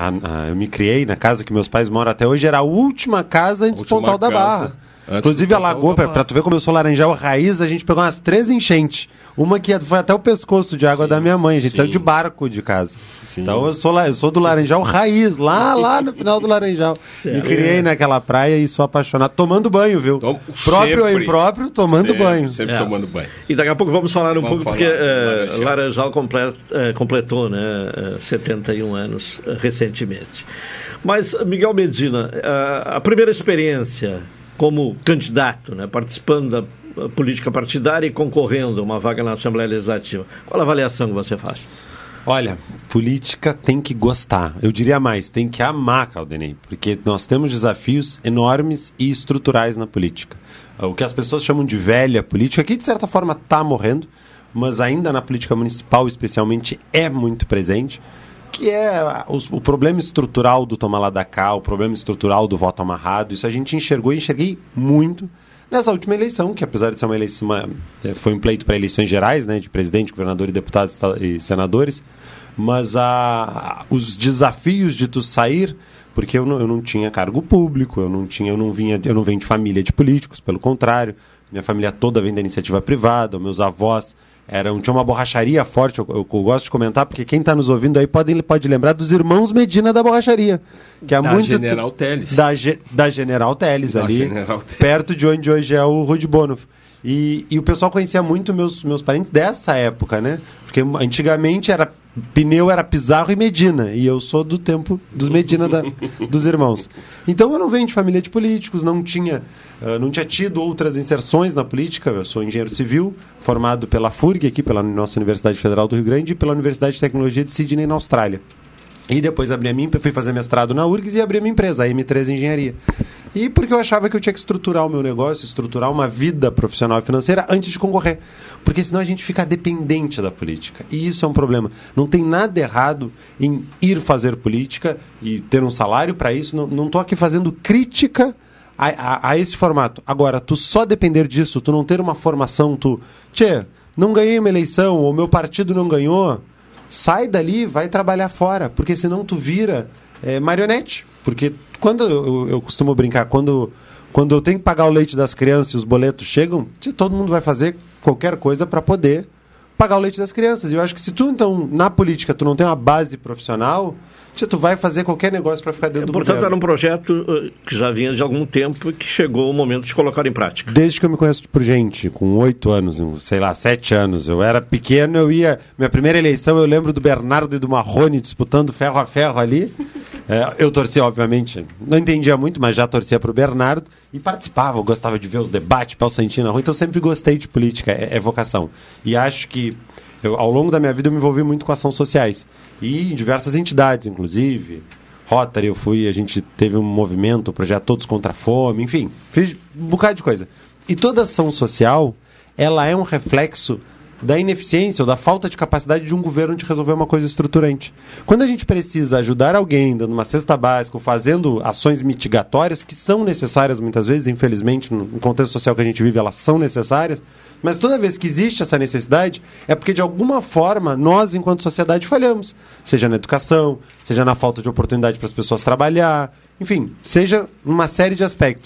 eu me criei na casa que meus pais moram até hoje. Era a última casa antes do Pontal da Barra. Inclusive a Lagoa, pra, pra tu ver como eu sou Laranjal raiz, a gente pegou umas três enchentes. Uma que foi até o pescoço de água sim, da minha mãe. A gente sim. saiu de barco de casa. Sim. Então eu sou, eu sou do Laranjal raiz, lá, lá no final do Laranjal. Me criei naquela praia e sou apaixonado. Tomando banho, viu? Tom, Próprio ou impróprio, tomando sempre, banho. Sempre é. tomando banho. E daqui a pouco vamos falar um vamos pouco, falar porque uh, Laranjal, Laranjal complet, uh, completou né, uh, setenta e um anos uh, recentemente. Mas, Miguel Medina, uh, a primeira experiência como candidato, né, participando da política partidária e concorrendo a uma vaga na Assembleia Legislativa. Qual a avaliação que você faz? Olha, política tem que gostar. Eu diria mais, tem que amar, Caldenei, porque nós temos desafios enormes e estruturais na política. O que as pessoas chamam de velha política, que de certa forma está morrendo, mas ainda na política municipal especialmente é muito presente, que é o, o problema estrutural do tomar lá da cá, o problema estrutural do voto amarrado. Isso a gente enxergou e enxerguei muito nessa última eleição, que apesar de ser uma eleição, uma, foi um pleito para eleições gerais, né, de presidente, governador e deputados e senadores, mas a, os desafios de tu sair, porque eu não, eu não tinha cargo público, eu não tinha, eu não vinha, eu não venho de família de políticos, pelo contrário, minha família toda vem da iniciativa privada, meus avós Era, tinha uma borracharia forte, eu, eu, eu gosto de comentar, porque quem está nos ouvindo aí pode, pode lembrar dos irmãos Medina da borracharia. Que há da muito General Teles. Da, da General Teles, da ali, General Teles. Perto de onde hoje é o Rude Bonoff. E, e o pessoal conhecia muito meus, meus parentes dessa época, né? Porque antigamente era pneu era Pizarro e Medina, e eu sou do tempo dos Medina da, dos irmãos. Então eu não venho de família de políticos, não tinha, uh, não tinha tido outras inserções na política. Eu sou engenheiro civil, formado pela F U R G, aqui pela nossa Universidade Federal do Rio Grande, e pela Universidade de Tecnologia de Sydney, na Austrália. E depois abri a minha, fui fazer mestrado na U R G S e abri a minha empresa, a M três Engenharia. E porque eu achava que eu tinha que estruturar o meu negócio, estruturar uma vida profissional e financeira antes de concorrer. Porque senão a gente fica dependente da política. E isso é um problema. Não tem nada errado em ir fazer política e ter um salário para isso. Não estou aqui fazendo crítica a, a, a esse formato. Agora, tu só depender disso, tu não ter uma formação, tu... Tchê, não ganhei uma eleição, ou meu partido não ganhou... Sai dali, vai trabalhar fora, porque senão tu vira é, marionete. Porque quando eu, eu, eu costumo brincar, quando, quando eu tenho que pagar o leite das crianças e os boletos chegam, todo mundo vai fazer qualquer coisa para poder pagar o leite das crianças. E eu acho que se tu, então, na política, tu não tem uma base profissional, tu vai fazer qualquer negócio para ficar dentro é, do portanto, governo. Era um projeto uh, que já vinha de algum tempo e que chegou o momento de colocar em prática. Desde que eu me conheço por gente, com oito anos, sei lá, sete anos, eu era pequeno, eu ia... Minha primeira eleição, eu lembro do Bernardo e do Marrone disputando ferro a ferro ali. É, eu torcia, obviamente, não entendia muito, mas já torcia para o Bernardo e participava, eu gostava de ver os debates, Paulo Santini na rua, então eu sempre gostei de política, é, é vocação. E acho que eu, ao longo da minha vida eu me envolvi muito com ações sociais e em diversas entidades, inclusive Rotary, eu fui, a gente teve um movimento, o projeto Todos contra a Fome, enfim, fiz um bocado de coisa. E toda ação social, ela é um reflexo da ineficiência ou da falta de capacidade de um governo de resolver uma coisa estruturante. Quando a gente precisa ajudar alguém dando uma cesta básica ou fazendo ações mitigatórias, que são necessárias muitas vezes, infelizmente, no contexto social que a gente vive, elas são necessárias, mas toda vez que existe essa necessidade, é porque de alguma forma nós, enquanto sociedade, falhamos. Seja na educação, seja na falta de oportunidade para as pessoas trabalhar, enfim, seja uma série de aspectos.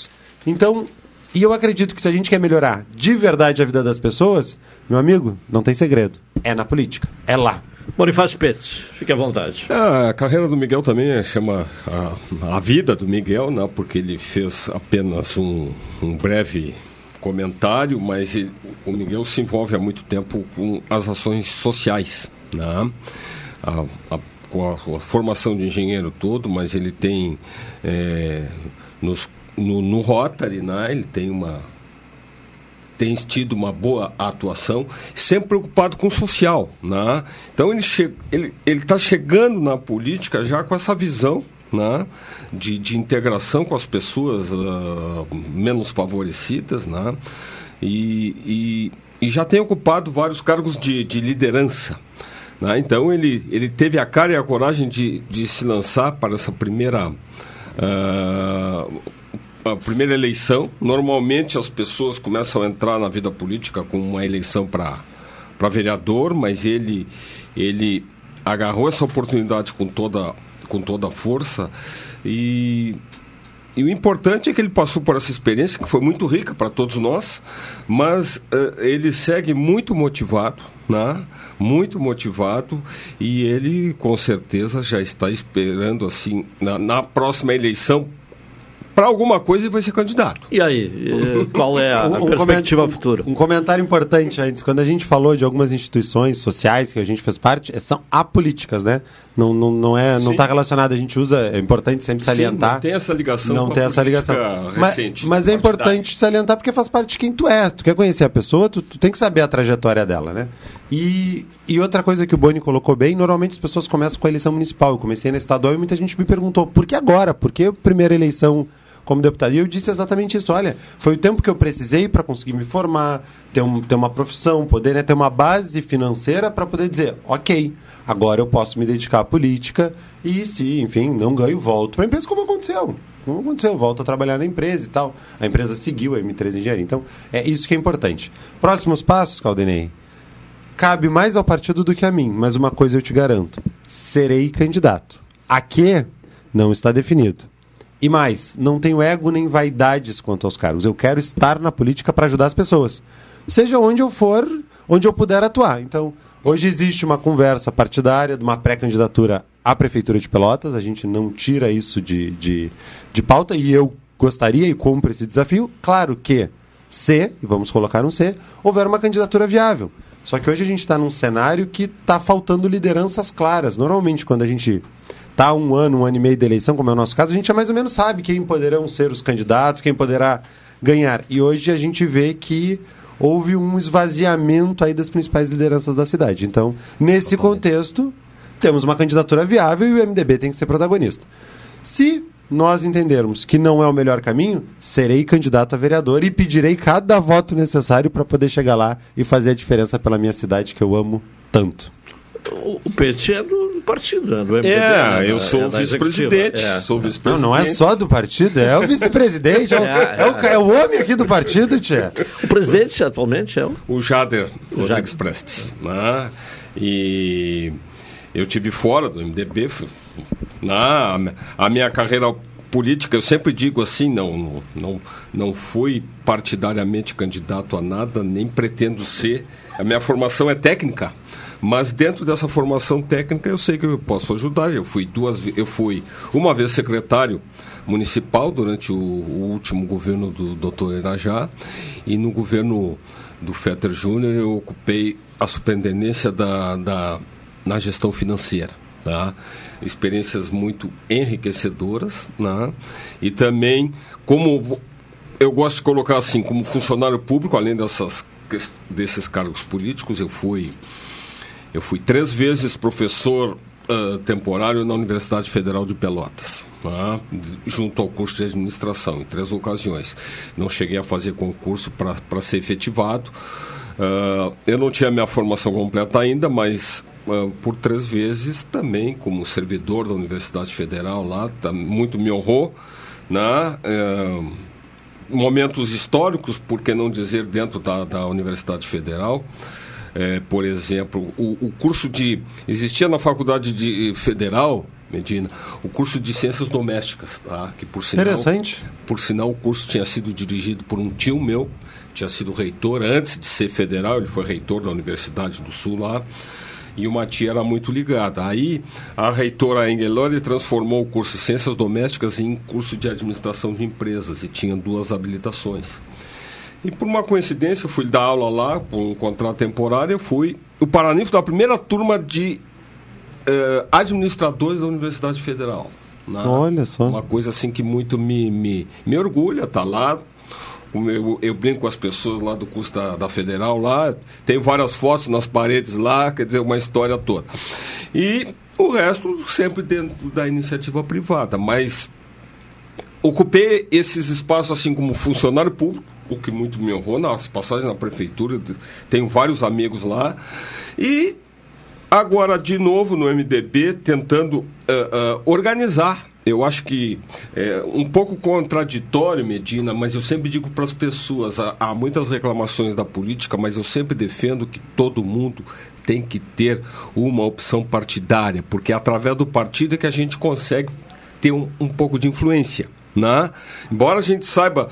Então, e eu acredito que se a gente quer melhorar de verdade a vida das pessoas, meu amigo, não tem segredo. É na política. É lá. Bonifácio Pets, fique à vontade. A carreira do Miguel também chama a, a vida do Miguel, né? Porque ele fez apenas um, um breve comentário, mas ele, o Miguel se envolve há muito tempo com as ações sociais, né? A, a, com a, a formação de engenheiro todo, mas ele tem é, nos, no, no Rotary, né? Ele tem uma tem tido uma boa atuação, sempre preocupado com o social, né? Então ele che- ele ele está chegando na política já com essa visão, né? de, de integração com as pessoas uh, menos favorecidas, né? e, e, e já tem ocupado vários cargos de, de liderança, né? Então ele, ele teve a cara e a coragem de, de se lançar para essa primeira uh, a primeira eleição. Normalmente as pessoas começam a entrar na vida política com uma eleição para para vereador, mas ele ele agarrou essa oportunidade com toda com toda a força e e o importante é que ele passou por essa experiência que foi muito rica para todos nós, mas uh, ele segue muito motivado, né? Muito motivado, e ele com certeza já está esperando assim na, na próxima eleição para alguma coisa e vai ser candidato. E aí, qual é a, um, a perspectiva um, futura? Um comentário importante antes, quando a gente falou de algumas instituições sociais que a gente fez parte, são apolíticas, né? Não, não, não é, não está relacionado, a gente usa, é importante sempre salientar. Sim, não tem essa ligação não com tem a essa ligação. recente. Mas, mas é importante salientar porque faz parte de quem tu é. Tu quer conhecer a pessoa, tu, tu tem que saber a trajetória dela, né? E, e outra coisa que o Boni colocou bem, normalmente as pessoas começam com a eleição municipal. Eu comecei na estadual e muita gente me perguntou, por que agora? Por que a primeira eleição como deputado? E eu disse exatamente isso. Olha, foi o tempo que eu precisei para conseguir me formar, ter, um, ter uma profissão, poder, né, ter uma base financeira para poder dizer, ok, agora eu posso me dedicar à política e se, enfim, não ganho, volto para a empresa, como aconteceu. Como aconteceu, volto a trabalhar na empresa e tal. A empresa seguiu a M três Engenharia. Então, é isso que é importante. Próximos passos, Caldenei. Cabe mais ao partido do que a mim, mas uma coisa eu te garanto. Serei candidato. A quê? Não está definido. E mais, não tenho ego nem vaidades quanto aos cargos. Eu quero estar na política para ajudar as pessoas. Seja onde eu for, onde eu puder atuar. Então, hoje existe uma conversa partidária de uma pré-candidatura à Prefeitura de Pelotas. A gente não tira isso de, de, de pauta e eu gostaria e cumpro esse desafio. Claro que se, e vamos colocar um se, houver uma candidatura viável. Só que hoje a gente está num cenário que está faltando lideranças claras. Normalmente, quando a gente está um ano, um ano e meio de eleição, como é o nosso caso, a gente já mais ou menos sabe quem poderão ser os candidatos, quem poderá ganhar. E hoje a gente vê que houve um esvaziamento aí das principais lideranças da cidade. Então, nesse contexto, temos uma candidatura viável e o M D B tem que ser protagonista. Se nós entendermos que não é o melhor caminho, serei candidato a vereador e pedirei cada voto necessário para poder chegar lá e fazer a diferença pela minha cidade, que eu amo tanto. O, o P T é do partido, né? Do M D B. É, né? eu sou é vice-presidente. É. Sou vice-presidente. Não, não é só do partido, é o vice-presidente, é, o, é, é, o, é o homem aqui do partido, tia. O presidente atualmente é o... O Jader Rodrigues Prestes. Né? E eu tive fora do M D B. Na, a minha carreira política, eu sempre digo assim, não, não, não fui partidariamente candidato a nada, nem pretendo ser. A minha formação é técnica. Mas dentro dessa formação técnica eu sei que eu posso ajudar. Eu fui duas, eu fui uma vez secretário municipal durante o, o último governo do doutor Irajá, e no governo do Fetter Júnior eu ocupei a superintendência da, da, na gestão financeira. Tá? Experiências muito enriquecedoras, né? E também, como eu gosto de colocar assim, como funcionário público, além dessas, desses cargos políticos, eu fui Eu fui três vezes professor uh, temporário na Universidade Federal de Pelotas, tá? Junto ao curso de administração, em três ocasiões. Não cheguei a fazer concurso para ser efetivado. Uh, eu não tinha minha formação completa ainda, mas uh, por três vezes também, como servidor da Universidade Federal lá, tá, muito me honrou, né? Uh, momentos históricos, por que não dizer, dentro da, da Universidade Federal. É, por exemplo, o, o curso de... Existia na Faculdade de, Federal Medina, o curso de Ciências Domésticas, tá? Que por sinal, Interessante. Por sinal, o curso tinha sido dirigido por um tio meu, tinha sido reitor antes de ser federal, ele foi reitor da Universidade do Sul lá, e uma tia era muito ligada. Aí, a reitora Engelori transformou o curso de Ciências Domésticas em curso de Administração de Empresas, e tinha duas habilitações. E por uma coincidência, eu fui dar aula lá, por um contrato temporário, eu fui o paraninfo da primeira turma de Uh, administradores da Universidade Federal. Né? Olha só. Uma coisa assim que muito me, me, me orgulha, tá lá. Eu, eu brinco com as pessoas lá do curso da, da Federal lá, tem várias fotos nas paredes lá, quer dizer, uma história toda. E o resto sempre dentro da iniciativa privada, mas ocupei esses espaços assim como funcionário público, o que muito me honrou, nas passagens na prefeitura, tenho vários amigos lá, e agora, de novo, no M D B, tentando uh, uh, organizar. Eu acho que é um pouco contraditório, Medina, mas eu sempre digo para as pessoas, há, há muitas reclamações da política, mas eu sempre defendo que todo mundo tem que ter uma opção partidária, porque é através do partido é que a gente consegue ter um, um pouco de influência, né? Embora a gente saiba,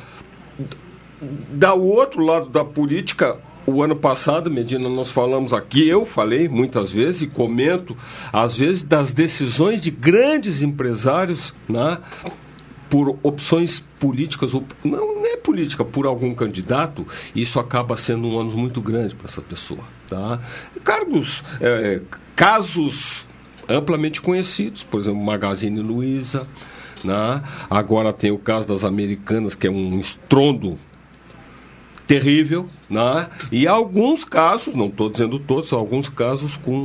da outro lado da política. O ano passado, Medina, nós falamos aqui, eu falei muitas vezes e comento, às vezes, das decisões de grandes empresários, né, por opções políticas, ou não é política, por algum candidato, isso acaba sendo um ônus muito grande para essa pessoa. Tá? Cargos, é, casos amplamente conhecidos, por exemplo, Magazine Luiza, né? Agora tem o caso das Americanas, que é um estrondo terrível, né? E alguns casos, não estou dizendo todos, alguns casos com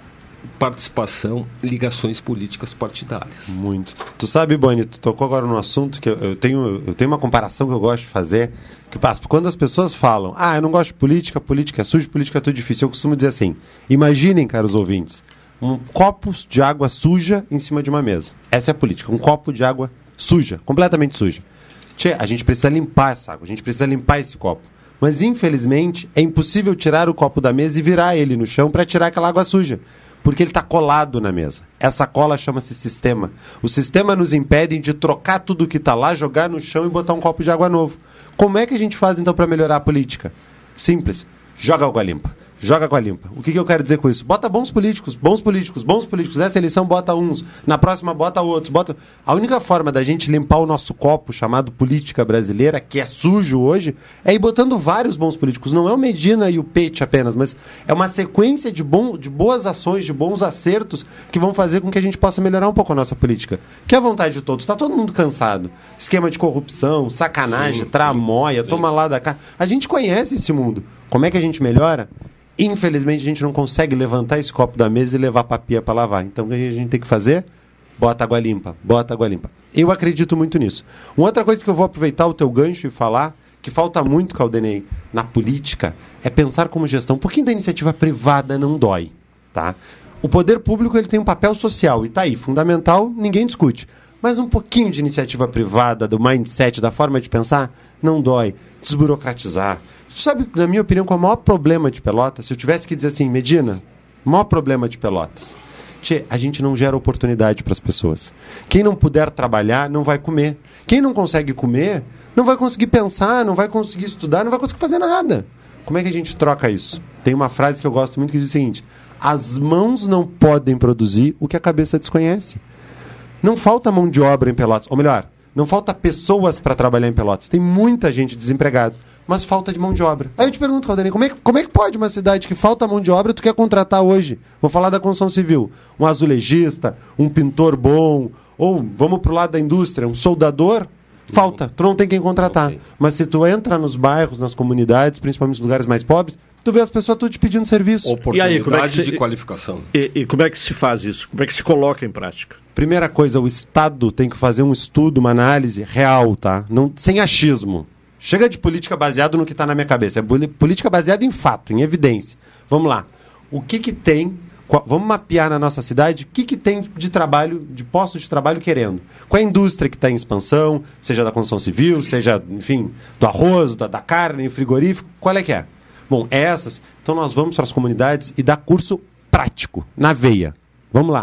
participação, ligações políticas partidárias. Muito. Tu sabe, Boni, tu tocou agora num assunto que eu, eu, tenho, eu tenho uma comparação que eu gosto de fazer, que passa, quando as pessoas falam, ah, eu não gosto de política, política é sujo, política é tudo difícil, eu costumo dizer assim, imaginem, caros ouvintes, um copo de água suja em cima de uma mesa. Essa é a política, um copo de água suja, completamente suja. Tchê, a gente precisa limpar essa água, a gente precisa limpar esse copo. Mas, infelizmente, é impossível tirar o copo da mesa e virar ele no chão para tirar aquela água suja, porque ele está colado na mesa. Essa cola chama-se sistema. O sistema nos impede de trocar tudo que está lá, jogar no chão e botar um copo de água novo. Como é que a gente faz, então, para melhorar a política? Simples. Joga água limpa. Joga água limpa. O que, que eu quero dizer com isso? Bota bons políticos, bons políticos, bons políticos. Nessa eleição bota uns, na próxima bota outros. Bota... A única forma da gente limpar o nosso copo, chamado política brasileira, que é sujo hoje, é ir botando vários bons políticos. Não é o Medina e o Peixe apenas, mas é uma sequência de, bom, de boas ações, de bons acertos, que vão fazer com que a gente possa melhorar um pouco a nossa política. Que é a vontade de todos. Está todo mundo cansado. Esquema de corrupção, sacanagem, sim, tramóia, sim, toma lá da cá. A gente conhece esse mundo. Como é que a gente melhora? Infelizmente, a gente não consegue levantar esse copo da mesa e levar para a pia para lavar. Então, o que a gente tem que fazer? Bota água limpa, bota água limpa. Eu acredito muito nisso. Uma outra coisa que eu vou aproveitar o teu gancho e falar, que falta muito, Caldenei, na política, é pensar como gestão. Um pouquinho da iniciativa privada não dói, tá? O poder público ele tem um papel social, e está aí, fundamental, ninguém discute. Mas um pouquinho de iniciativa privada, do mindset, da forma de pensar, não dói. Desburocratizar. Tu sabe, na minha opinião, qual é o maior problema de Pelotas? Se eu tivesse que dizer assim, Medina, o maior problema de Pelotas. Tchê, a gente não gera oportunidade para as pessoas. Quem não puder trabalhar, não vai comer. Quem não consegue comer, não vai conseguir pensar, não vai conseguir estudar, não vai conseguir fazer nada. Como é que a gente troca isso? Tem uma frase que eu gosto muito que diz o seguinte, as mãos não podem produzir o que a cabeça desconhece. Não falta mão de obra em Pelotas, ou melhor, não falta pessoas para trabalhar em Pelotas. Tem muita gente desempregada, mas falta de mão de obra. Aí eu te pergunto, Caldenei, como é, que, como é que pode uma cidade que falta mão de obra tu quer contratar hoje? Vou falar da construção civil. Um azulejista, um pintor bom, ou vamos pro lado da indústria, um soldador, falta. Tu não tem quem contratar. Mas se tu entra nos bairros, nas comunidades, principalmente nos lugares mais pobres, tu vê as pessoas tudo te pedindo serviço. Oportunidade e aí, como é que se, de qualificação. E, e como é que se faz isso? Como é que se coloca em prática? Primeira coisa, o Estado tem que fazer um estudo, uma análise real, tá? Não, sem achismo. Chega de política baseada no que está na minha cabeça. É política baseada em fato, em evidência. Vamos lá. O que que tem... Qual, vamos mapear na nossa cidade o que que tem de trabalho, de postos de trabalho querendo. Qual é a indústria que está em expansão, seja da construção civil, seja, enfim, do arroz, da, da carne, frigorífico, qual é que é? Bom, essas, então nós vamos para as comunidades e dar curso prático, na veia. Vamos lá.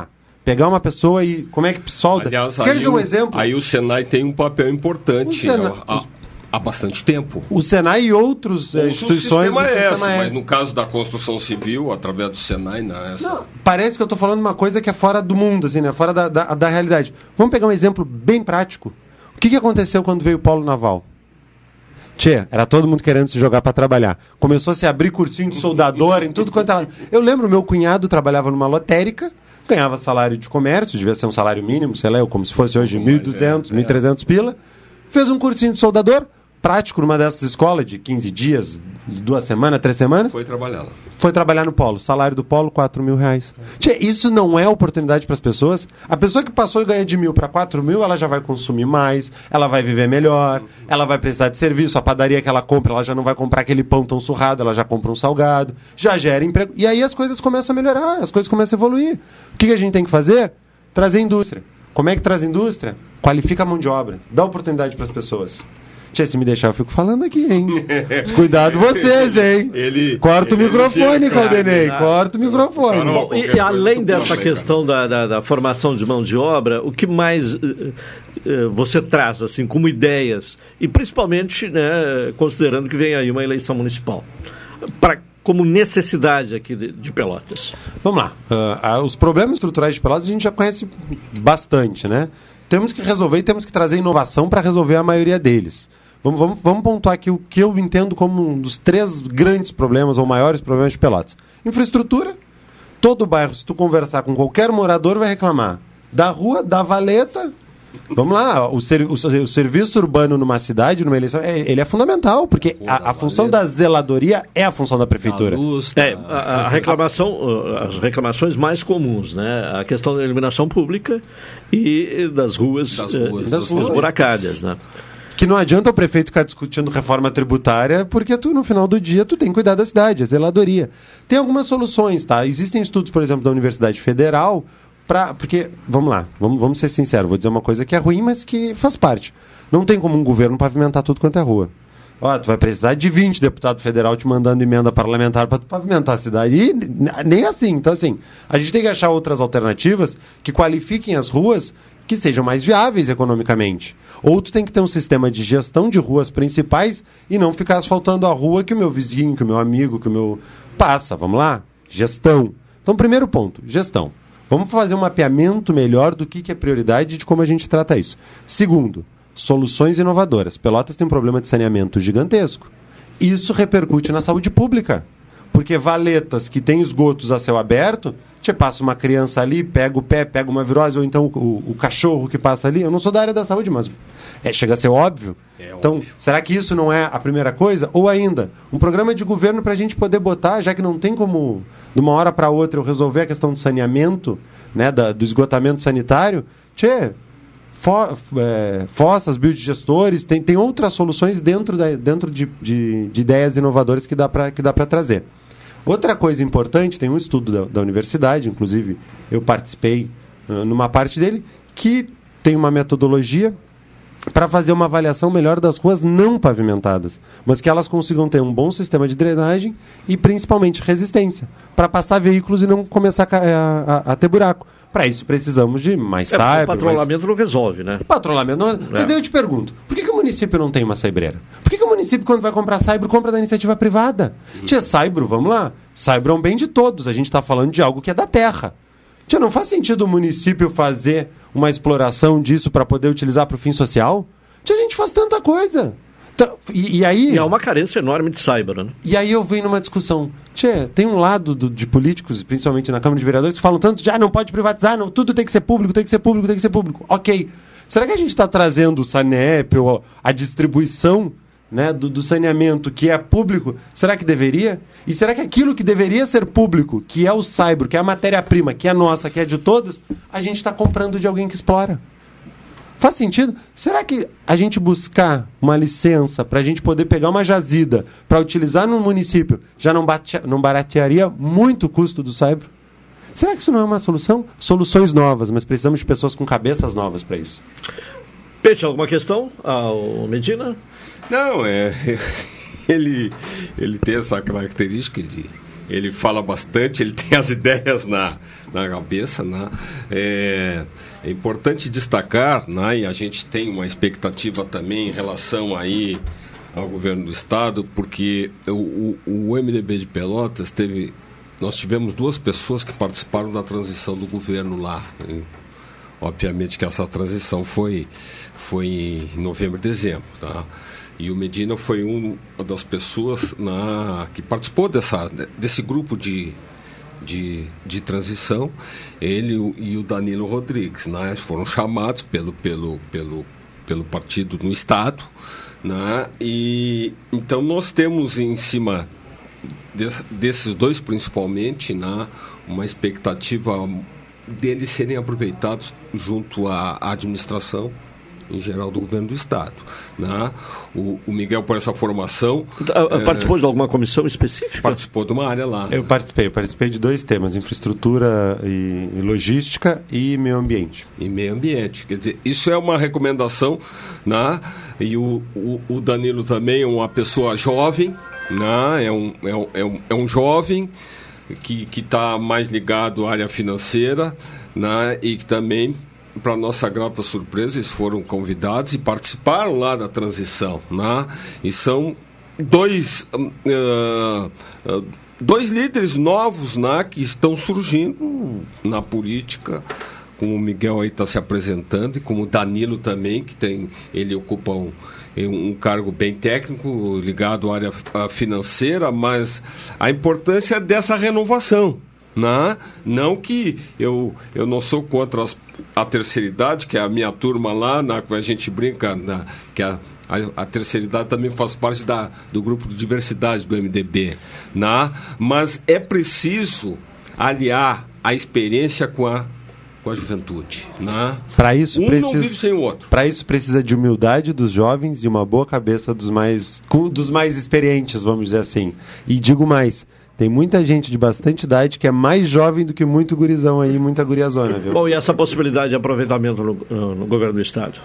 Pegar uma pessoa e como é que solda? Aliás, Queres aí um o, exemplo? Aí o Senai tem um papel importante. O Senai- né? há, há bastante tempo. O Senai e outros, Outros instituições do sistema sistema S, S. mas no caso da construção civil, através do Senai, não é essa. Não, parece que eu estou falando uma coisa que é fora do mundo, assim, né? Fora da, da, da realidade. Vamos pegar um exemplo bem prático. O que, que aconteceu quando veio o Polo Naval? Tchê, era todo mundo querendo se jogar para trabalhar. Começou a se abrir cursinho de soldador em tudo quanto era. Eu lembro, meu cunhado trabalhava numa lotérica, ganhava salário de comércio, devia ser um salário mínimo, sei lá, como se fosse hoje mil e duzentos, mil e trezentos pila. Fez um cursinho de soldador, prático numa dessas escolas de quinze dias, duas semanas, três semanas. Foi trabalhar lá. Foi trabalhar no Polo. Salário do Polo, quatro mil reais. Tchê, isso não é oportunidade para as pessoas? A pessoa que passou e ganha de mil para quatro mil, ela já vai consumir mais, ela vai viver melhor, ela vai precisar de serviço, a padaria que ela compra, ela já não vai comprar aquele pão tão surrado, ela já compra um salgado, já gera emprego. E aí as coisas começam a melhorar, as coisas começam a evoluir. O que, que a gente tem que fazer? Trazer indústria. Como é que traz indústria? Qualifica a mão de obra. Dá oportunidade para as pessoas. Tchê, se me deixar, eu fico falando aqui, hein? Cuidado vocês, hein? Ele, Corta ele o microfone, é Caldenei. Corta o microfone. Bom, e, e além dessa questão da, da, da formação de mão de obra, o que mais uh, uh, você traz, assim, como ideias? E principalmente, né, considerando que vem aí uma eleição municipal. Pra, como necessidade aqui de, de Pelotas. Vamos lá. Uh, uh, os problemas estruturais de Pelotas a gente já conhece bastante, né? Temos que resolver e temos que trazer inovação para resolver a maioria deles. Vamos, vamos, vamos pontuar aqui o que eu entendo como um dos três grandes problemas ou maiores problemas de Pelotas. Infraestrutura. Todo bairro, se tu conversar com qualquer morador, vai reclamar. Da rua, da valeta. Vamos lá, o, ser, o, o serviço urbano numa cidade, numa eleição, é, ele é fundamental, porque a, a função da zeladoria é a função da prefeitura. É, a, a reclamação, as reclamações mais comuns, né? A questão da iluminação pública e das ruas, Das ruas, eh, das ruas. esburacadas, né? Que não adianta o prefeito ficar discutindo reforma tributária, porque tu, no final do dia, tu tem que cuidar da cidade, a zeladoria. Tem algumas soluções, tá? Existem estudos, por exemplo, da Universidade Federal, pra, porque, vamos lá, vamos, vamos ser sinceros, vou dizer uma coisa que é ruim, mas que faz parte. Não tem como um governo pavimentar tudo quanto é rua. Ó, tu vai precisar de vinte deputados federal te mandando emenda parlamentar para tu pavimentar a cidade. E nem assim. Então, assim, a gente tem que achar outras alternativas que qualifiquem as ruas que sejam mais viáveis economicamente. Ou tu tem que ter um sistema de gestão de ruas principais e não ficar asfaltando a rua que o meu vizinho, que o meu amigo, que o meu... Passa, vamos lá? Gestão. Então, primeiro ponto, gestão. Vamos fazer um mapeamento melhor do que, que é prioridade e de como a gente trata isso. Segundo, soluções inovadoras. Pelotas tem um problema de saneamento gigantesco. Isso repercute na saúde pública. Porque valetas que têm esgotos a céu aberto, te passa uma criança ali, pega o pé, pega uma virose, ou então o, o cachorro que passa ali. Eu não sou da área da saúde, mas é, chega a ser óbvio. É então, óbvio. Será que isso não é a primeira coisa? Ou ainda, um programa de governo para a gente poder botar, já que não tem como, de uma hora para outra, eu resolver a questão do saneamento, né, da, do esgotamento sanitário, tchê, For, é, fossas, biodigestores, tem, tem outras soluções dentro, da, dentro de, de, de ideias inovadoras que dá para trazer. Outra coisa importante, tem um estudo da, da universidade, inclusive eu participei uh, numa parte dele, que tem uma metodologia para fazer uma avaliação melhor das ruas não pavimentadas, mas que elas consigam ter um bom sistema de drenagem e principalmente resistência, para passar veículos e não começar a, a, a, a ter buraco. Para isso precisamos de mais é, cyber. O patrulhamento mais... não resolve, né? O patrulhamento não... É. Mas aí eu te pergunto, por que, que o município não tem uma saibreira? Por que, que o município, quando vai comprar saibro, compra da iniciativa privada? Uhum. Tia, saibro, vamos lá. Saibro é um bem de todos. A gente está falando de algo que é da terra. Tia, não faz sentido o município fazer uma exploração disso para poder utilizar para o fim social? Tia, a gente faz tanta coisa. E, e aí... E há uma carência enorme de cyber, né? E aí eu venho numa discussão. Tchê, tem um lado do, de políticos, principalmente na Câmara de Vereadores, que falam tanto de, ah, não pode privatizar, não, tudo tem que ser público, tem que ser público, tem que ser público. Ok. Será que a gente está trazendo o SANEP ou a distribuição, né, do, do saneamento que é público? Será que deveria? E será que aquilo que deveria ser público, que é o cyber, que é a matéria-prima, que é nossa, que é de todas, a gente está comprando de alguém que explora? Faz sentido? Será que a gente buscar uma licença para a gente poder pegar uma jazida para utilizar no município já não, bate, não baratearia muito o custo do cyber? Será que isso não é uma solução? Soluções novas, mas precisamos de pessoas com cabeças novas para isso. Peixe, alguma questão ao Medina? Não, é... Ele, ele tem essa característica de, ele fala bastante, ele tem as ideias na, na cabeça, né? É, é importante destacar, né? E a gente tem uma expectativa também em relação aí ao governo do estado, porque o, o, o M D B de Pelotas teve, nós tivemos duas pessoas que participaram da transição do governo lá. E, obviamente que essa transição foi, foi em novembro e dezembro, tá? E o Medina foi uma das pessoas na, que participou dessa, desse grupo de, de, de transição. Ele e o Danilo Rodrigues, né, foram chamados pelo, pelo, pelo, pelo partido no Estado. Né, e, então nós temos em cima de, desses dois principalmente, né, uma expectativa deles serem aproveitados junto à administração em geral do governo do estado, né? o, o Miguel, por essa formação, participou é, de alguma comissão específica? Participou de uma área lá. Eu participei, eu participei de dois temas: infraestrutura e, e logística e meio ambiente. E meio ambiente, quer dizer, isso é uma recomendação, né? E o, o, o Danilo também é uma pessoa jovem, né? É um, é um, é um, é um jovem que que está mais ligado à área financeira, né? E que também, para nossa grata surpresa, eles foram convidados e participaram lá da transição, né? E são dois, uh, uh, dois líderes novos, né, que estão surgindo na política, como o Miguel aí está se apresentando, e como o Danilo também, que tem, ele ocupa um, um cargo bem técnico, ligado à área financeira, mas a importância dessa renovação. Não, não que eu, eu não sou contra as, a terceira idade, que é a minha turma lá, na, a gente brinca, na, que a, a, a terceira idade também faz parte da, do grupo de diversidade do M D B. Não, mas é preciso aliar a experiência com a, com a juventude. Para isso, um precisa, não vive sem o outro. Para isso precisa de humildade dos jovens e uma boa cabeça dos mais, dos mais experientes, vamos dizer assim. E digo mais, tem muita gente de bastante idade que é mais jovem do que muito gurizão aí, muita guriazona, viu? Bom, e essa possibilidade de aproveitamento no, no, no governo do estado?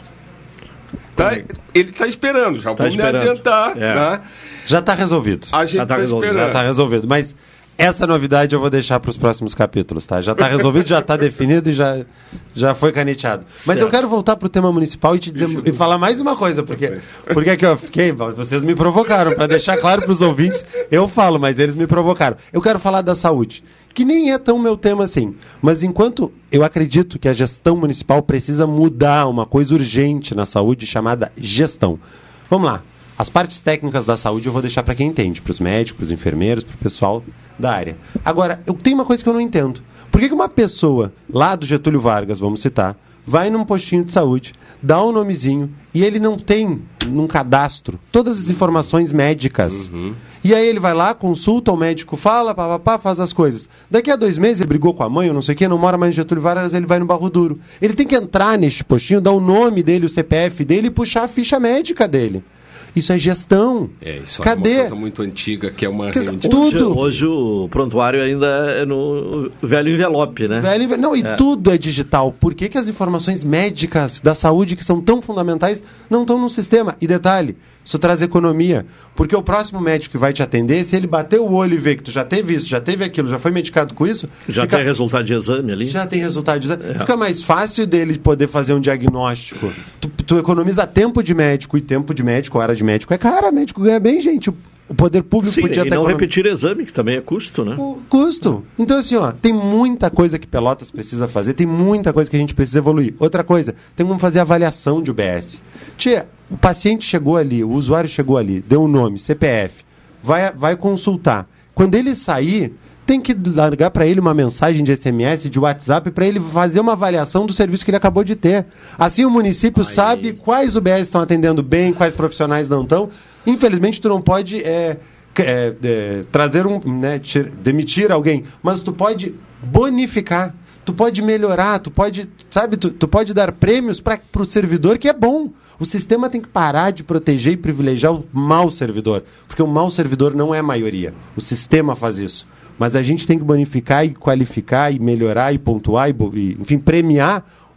Tá, ele está esperando, já tá vamos me adiantar. É. Né? Já está resolvido. A gente está esperando. Já está resolvido, mas essa novidade eu vou deixar para os próximos capítulos, tá? Já está resolvido, já está definido e já, já foi caneteado. Mas certo. Eu quero voltar para o tema municipal e te dizer, Isso. e falar mais uma coisa, porque, porque aqui eu fiquei, vocês me provocaram, para deixar claro para os ouvintes, eu falo, mas eles me provocaram. Eu quero falar da saúde, que nem é tão meu tema assim, mas enquanto eu acredito que a gestão municipal precisa mudar uma coisa urgente na saúde chamada gestão. Vamos lá. As partes técnicas da saúde eu vou deixar para quem entende, para os médicos, para os enfermeiros, para o pessoal da área. Agora, eu tenho uma coisa que eu não entendo. Por que que uma pessoa lá do Getúlio Vargas, vamos citar, vai num postinho de saúde, dá um nomezinho e ele não tem num cadastro todas as informações médicas? Uhum. E aí ele vai lá, consulta o médico, fala, pá, pá, pá, faz as coisas. Daqui a dois meses ele brigou com a mãe, ou não sei o quê, não mora mais no Getúlio Vargas, ele vai no Barro Duro. Ele tem que entrar neste postinho, dar o nome dele, o C P F dele e puxar a ficha médica dele. Isso é gestão. É, isso Cadê? é uma coisa muito antiga, que é uma... Tudo. Hoje, hoje o prontuário ainda é no velho envelope, né? Velho envelope. Não, e é. tudo é digital. Por que que as informações médicas da saúde, que são tão fundamentais, não estão no sistema? E detalhe, isso traz economia. Porque o próximo médico que vai te atender, se ele bater o olho e ver que tu já teve isso, já teve aquilo, já foi medicado com isso... Já fica... tem resultado de exame ali? Já tem resultado de exame. É. Fica mais fácil dele poder fazer um diagnóstico. Tu, tu economiza tempo de médico, e tempo de médico, hora de médico é cara, médico ganha bem, gente. O, o poder público Sim, podia e ter... não repetir exame, que também é custo, né? O custo. Então, assim, ó, tem muita coisa que Pelotas precisa fazer, tem muita coisa que a gente precisa evoluir. Outra coisa, tem como fazer avaliação de U B S. Tia, o paciente chegou ali, o usuário chegou ali, deu um nome, C P F, vai, vai consultar. Quando ele sair, tem que largar para ele uma mensagem de S M S, de WhatsApp, para ele fazer uma avaliação do serviço que ele acabou de ter. Assim o município Aí. sabe quais U B S estão atendendo bem, quais profissionais não estão. Infelizmente, tu não pode é, é, é, trazer um, né, tira, demitir alguém, mas tu pode bonificar, tu pode melhorar, tu pode, sabe, tu, tu pode dar prêmios para o servidor, que é bom. O sistema tem que parar de proteger e privilegiar o mau servidor, porque o mau servidor não é a maioria. O sistema faz isso. Mas a gente tem que bonificar e qualificar e melhorar e pontuar e, e enfim, premiar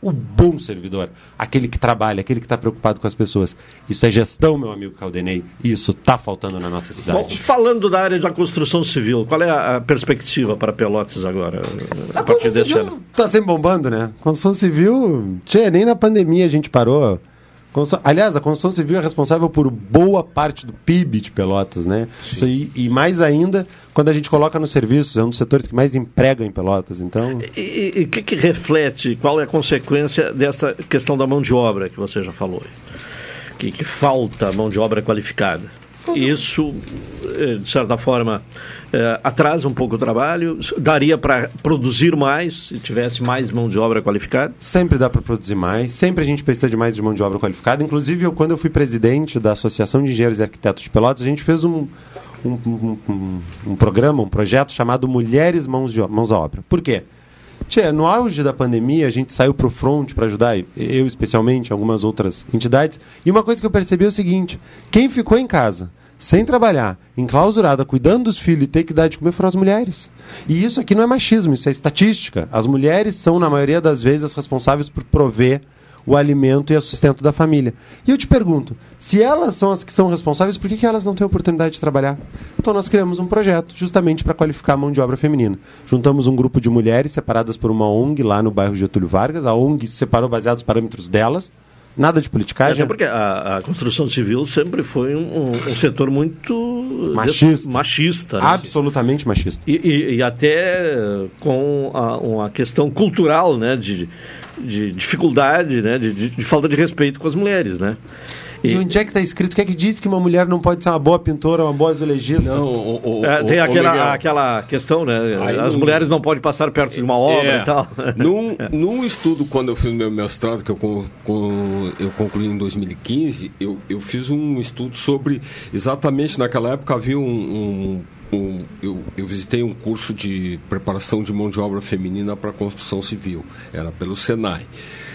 o bom servidor, aquele que trabalha, aquele que está preocupado com as pessoas. Isso é gestão, meu amigo Caldenei, e isso está faltando na nossa cidade. Bom, falando da área da construção civil, qual é a, a perspectiva para Pelotas agora? A, a construção civil está sempre bombando, né? Construção civil, tchê, nem na pandemia a gente parou. Aliás, a construção civil é responsável por boa parte do P I B de Pelotas, né? Isso aí, e mais ainda quando a gente coloca nos serviços, é um dos setores que mais emprega em Pelotas. Então... E o que, que reflete, qual é a consequência desta questão da mão de obra que você já falou? Que, que falta mão de obra qualificada. Isso, de certa forma, eh, atrasa um pouco o trabalho, daria para produzir mais se tivesse mais mão de obra qualificada? Sempre dá para produzir mais, sempre a gente precisa de mais de mão de obra qualificada. Inclusive, eu, quando eu fui presidente da Associação de Engenheiros e Arquitetos de Pelotas, a gente fez um, um, um, um, um programa, um projeto chamado Mulheres Mãos, de, Mãos à Obra. Por quê? Tchê, no auge da pandemia, a gente saiu para o front para ajudar, eu especialmente, algumas outras entidades, e uma coisa que eu percebi é o seguinte: quem ficou em casa, sem trabalhar, enclausurada, cuidando dos filhos e ter que dar de comer, foram as mulheres. E isso aqui não é machismo, isso é estatística. As mulheres são, na maioria das vezes, as responsáveis por prover o alimento e o sustento da família. E eu te pergunto, se elas são as que são responsáveis, por que, que elas não têm oportunidade de trabalhar? Então nós criamos um projeto justamente para qualificar a mão de obra feminina. Juntamos um grupo de mulheres separadas por uma O N G lá no bairro Getúlio Vargas. A O N G se separou baseado nos parâmetros delas. Nada de politicagem. Até porque a, a construção civil sempre foi um, um setor muito machista. machista né? Absolutamente machista. E, e, e até com a, uma questão cultural, né? de, de dificuldade, né? de, de, de falta de respeito com as mulheres. Né? E, e onde é que está escrito? O que é que diz que uma mulher não pode ser uma boa pintora, uma boa azulejista? Não, o, o, é, tem o, aquela, o aquela questão, né? Aí, As num, mulheres não podem passar perto de uma obra é, e tal. Num, num estudo, quando eu fiz meu mestrado, que eu, com, eu concluí em dois mil e quinze, eu, eu fiz um estudo sobre, exatamente naquela época havia um... um Um, eu, eu visitei um curso de preparação de mão de obra feminina para construção civil, era pelo Senai,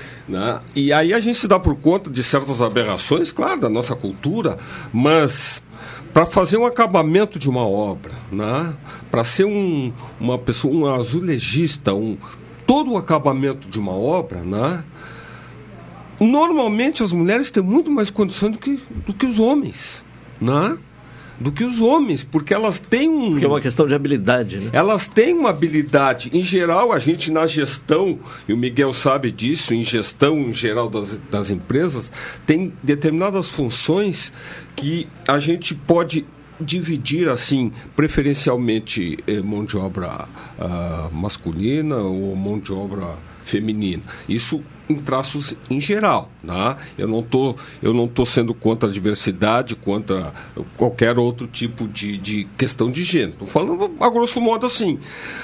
né? E aí a gente se dá por conta de certas aberrações, claro, da nossa cultura, mas para fazer um acabamento de uma obra, né? Para ser um, uma pessoa, um azulejista, um, todo o acabamento de uma obra, né? Normalmente as mulheres têm muito mais condições do que, do que os homens, né? do que os homens, porque elas têm um... Porque é uma questão de habilidade, né? Elas têm uma habilidade. Em geral, a gente na gestão, e o Miguel sabe disso, em gestão em geral das, das empresas, tem determinadas funções que a gente pode dividir, assim, preferencialmente eh, mão de obra uh, masculina ou mão de obra feminina. Isso em traços em geral, né? Eu não tô, eu não tô sendo contra a diversidade, contra qualquer outro tipo de, de questão de gênero. Estou falando a grosso modo assim.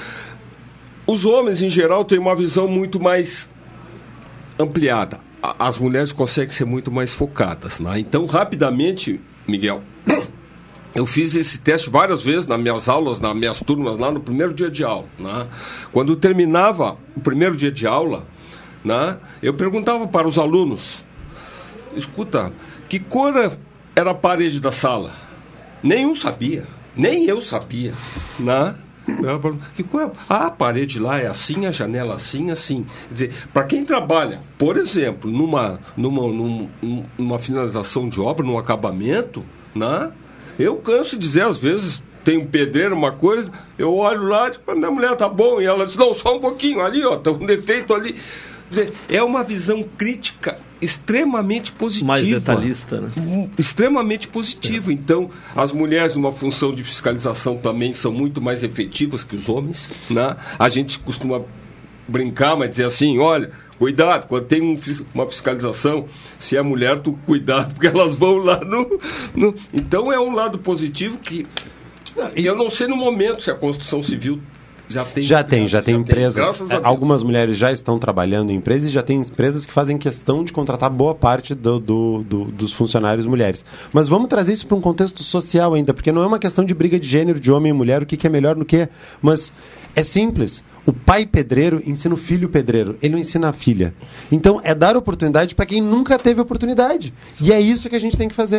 Os homens, em geral, têm uma visão muito mais ampliada. As mulheres conseguem ser muito mais focadas, né? Então, rapidamente, Miguel, eu fiz esse teste várias vezes nas minhas aulas, nas minhas turmas, lá no primeiro dia de aula, né? Quando terminava o primeiro dia de aula, né, eu perguntava para os alunos: escuta, que cor era a parede da sala? Nenhum sabia, nem eu sabia, né? Que cor é? Ah, a parede lá é assim, a janela assim, assim. Quer dizer, para quem trabalha, por exemplo, numa, numa, numa, numa finalização de obra, num acabamento, né? Eu canso de dizer, às vezes, tem um pedreiro, uma coisa, eu olho lá, tipo, a minha mulher tá bom, e ela diz, não, só um pouquinho ali, ó, tá um defeito ali. É uma visão crítica extremamente positiva. Mais detalhista, né? Extremamente positiva. É. Então, as mulheres numa função de fiscalização também são muito mais efetivas que os homens, né? A gente costuma brincar, mas dizer assim, olha, cuidado, quando tem um, uma fiscalização, se é mulher, tu cuidado, porque elas vão lá no, no... Então, é um lado positivo que... E eu não sei no momento se a construção civil... Já tem, já tem, já tem já empresas. Tem, algumas mulheres já estão trabalhando em empresas e já tem empresas que fazem questão de contratar boa parte do, do, do, dos funcionários mulheres. Mas vamos trazer isso para um contexto social ainda, porque não é uma questão de briga de gênero, de homem e mulher, o que, que é melhor no que. Mas é simples. O pai pedreiro ensina o filho pedreiro, ele não ensina a filha. Então é dar oportunidade para quem nunca teve oportunidade. E é isso que a gente tem que fazer.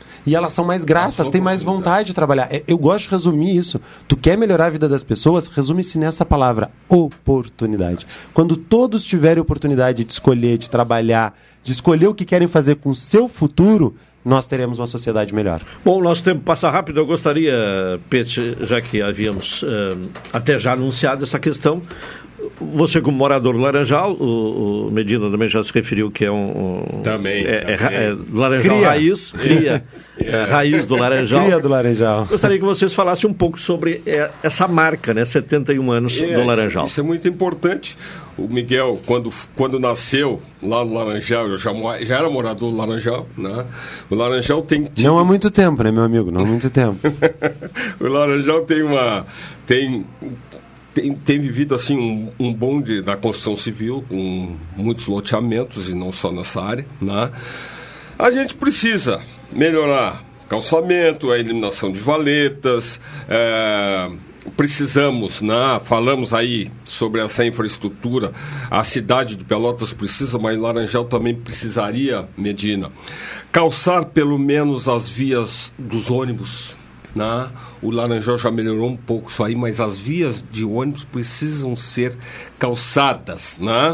E elas são mais gratas, têm mais vontade de trabalhar. Eu gosto de resumir isso. Tu quer melhorar a vida das pessoas? Resume-se nessa palavra, oportunidade. Quando todos tiverem oportunidade de escolher, de trabalhar, de escolher o que querem fazer com o seu futuro, nós teremos uma sociedade melhor. Bom, o nosso tempo passa rápido. Eu gostaria, Pete, já que havíamos uh, até já anunciado essa questão, você como morador do Laranjal, o, o Medina também já se referiu que é um... um também. É, também. é, é Laranjal Cria. Raiz, cria, é. É, raiz do Laranjal. Cria do Laranjal. Gostaria que vocês falassem um pouco sobre é, essa marca, né, setenta e um anos é, do Laranjal. Isso é muito importante. O Miguel, quando, quando nasceu lá no Laranjal, eu já, já era morador do Laranjal, né? O Laranjal tem... Tido... Não há muito tempo, né, meu amigo? Não há muito tempo. O Laranjal tem uma... Tem, tem, tem vivido assim um, um bonde da construção civil, com muitos loteamentos, e não só nessa área, né? A gente precisa melhorar calçamento, a eliminação de valetas, é, precisamos, né? Falamos aí sobre essa infraestrutura, a cidade de Pelotas precisa, mas Laranjal também precisaria, Medina, calçar pelo menos as vias dos ônibus. Né? O Laranjal já melhorou um pouco isso aí, mas as vias de ônibus precisam ser calçadas, né?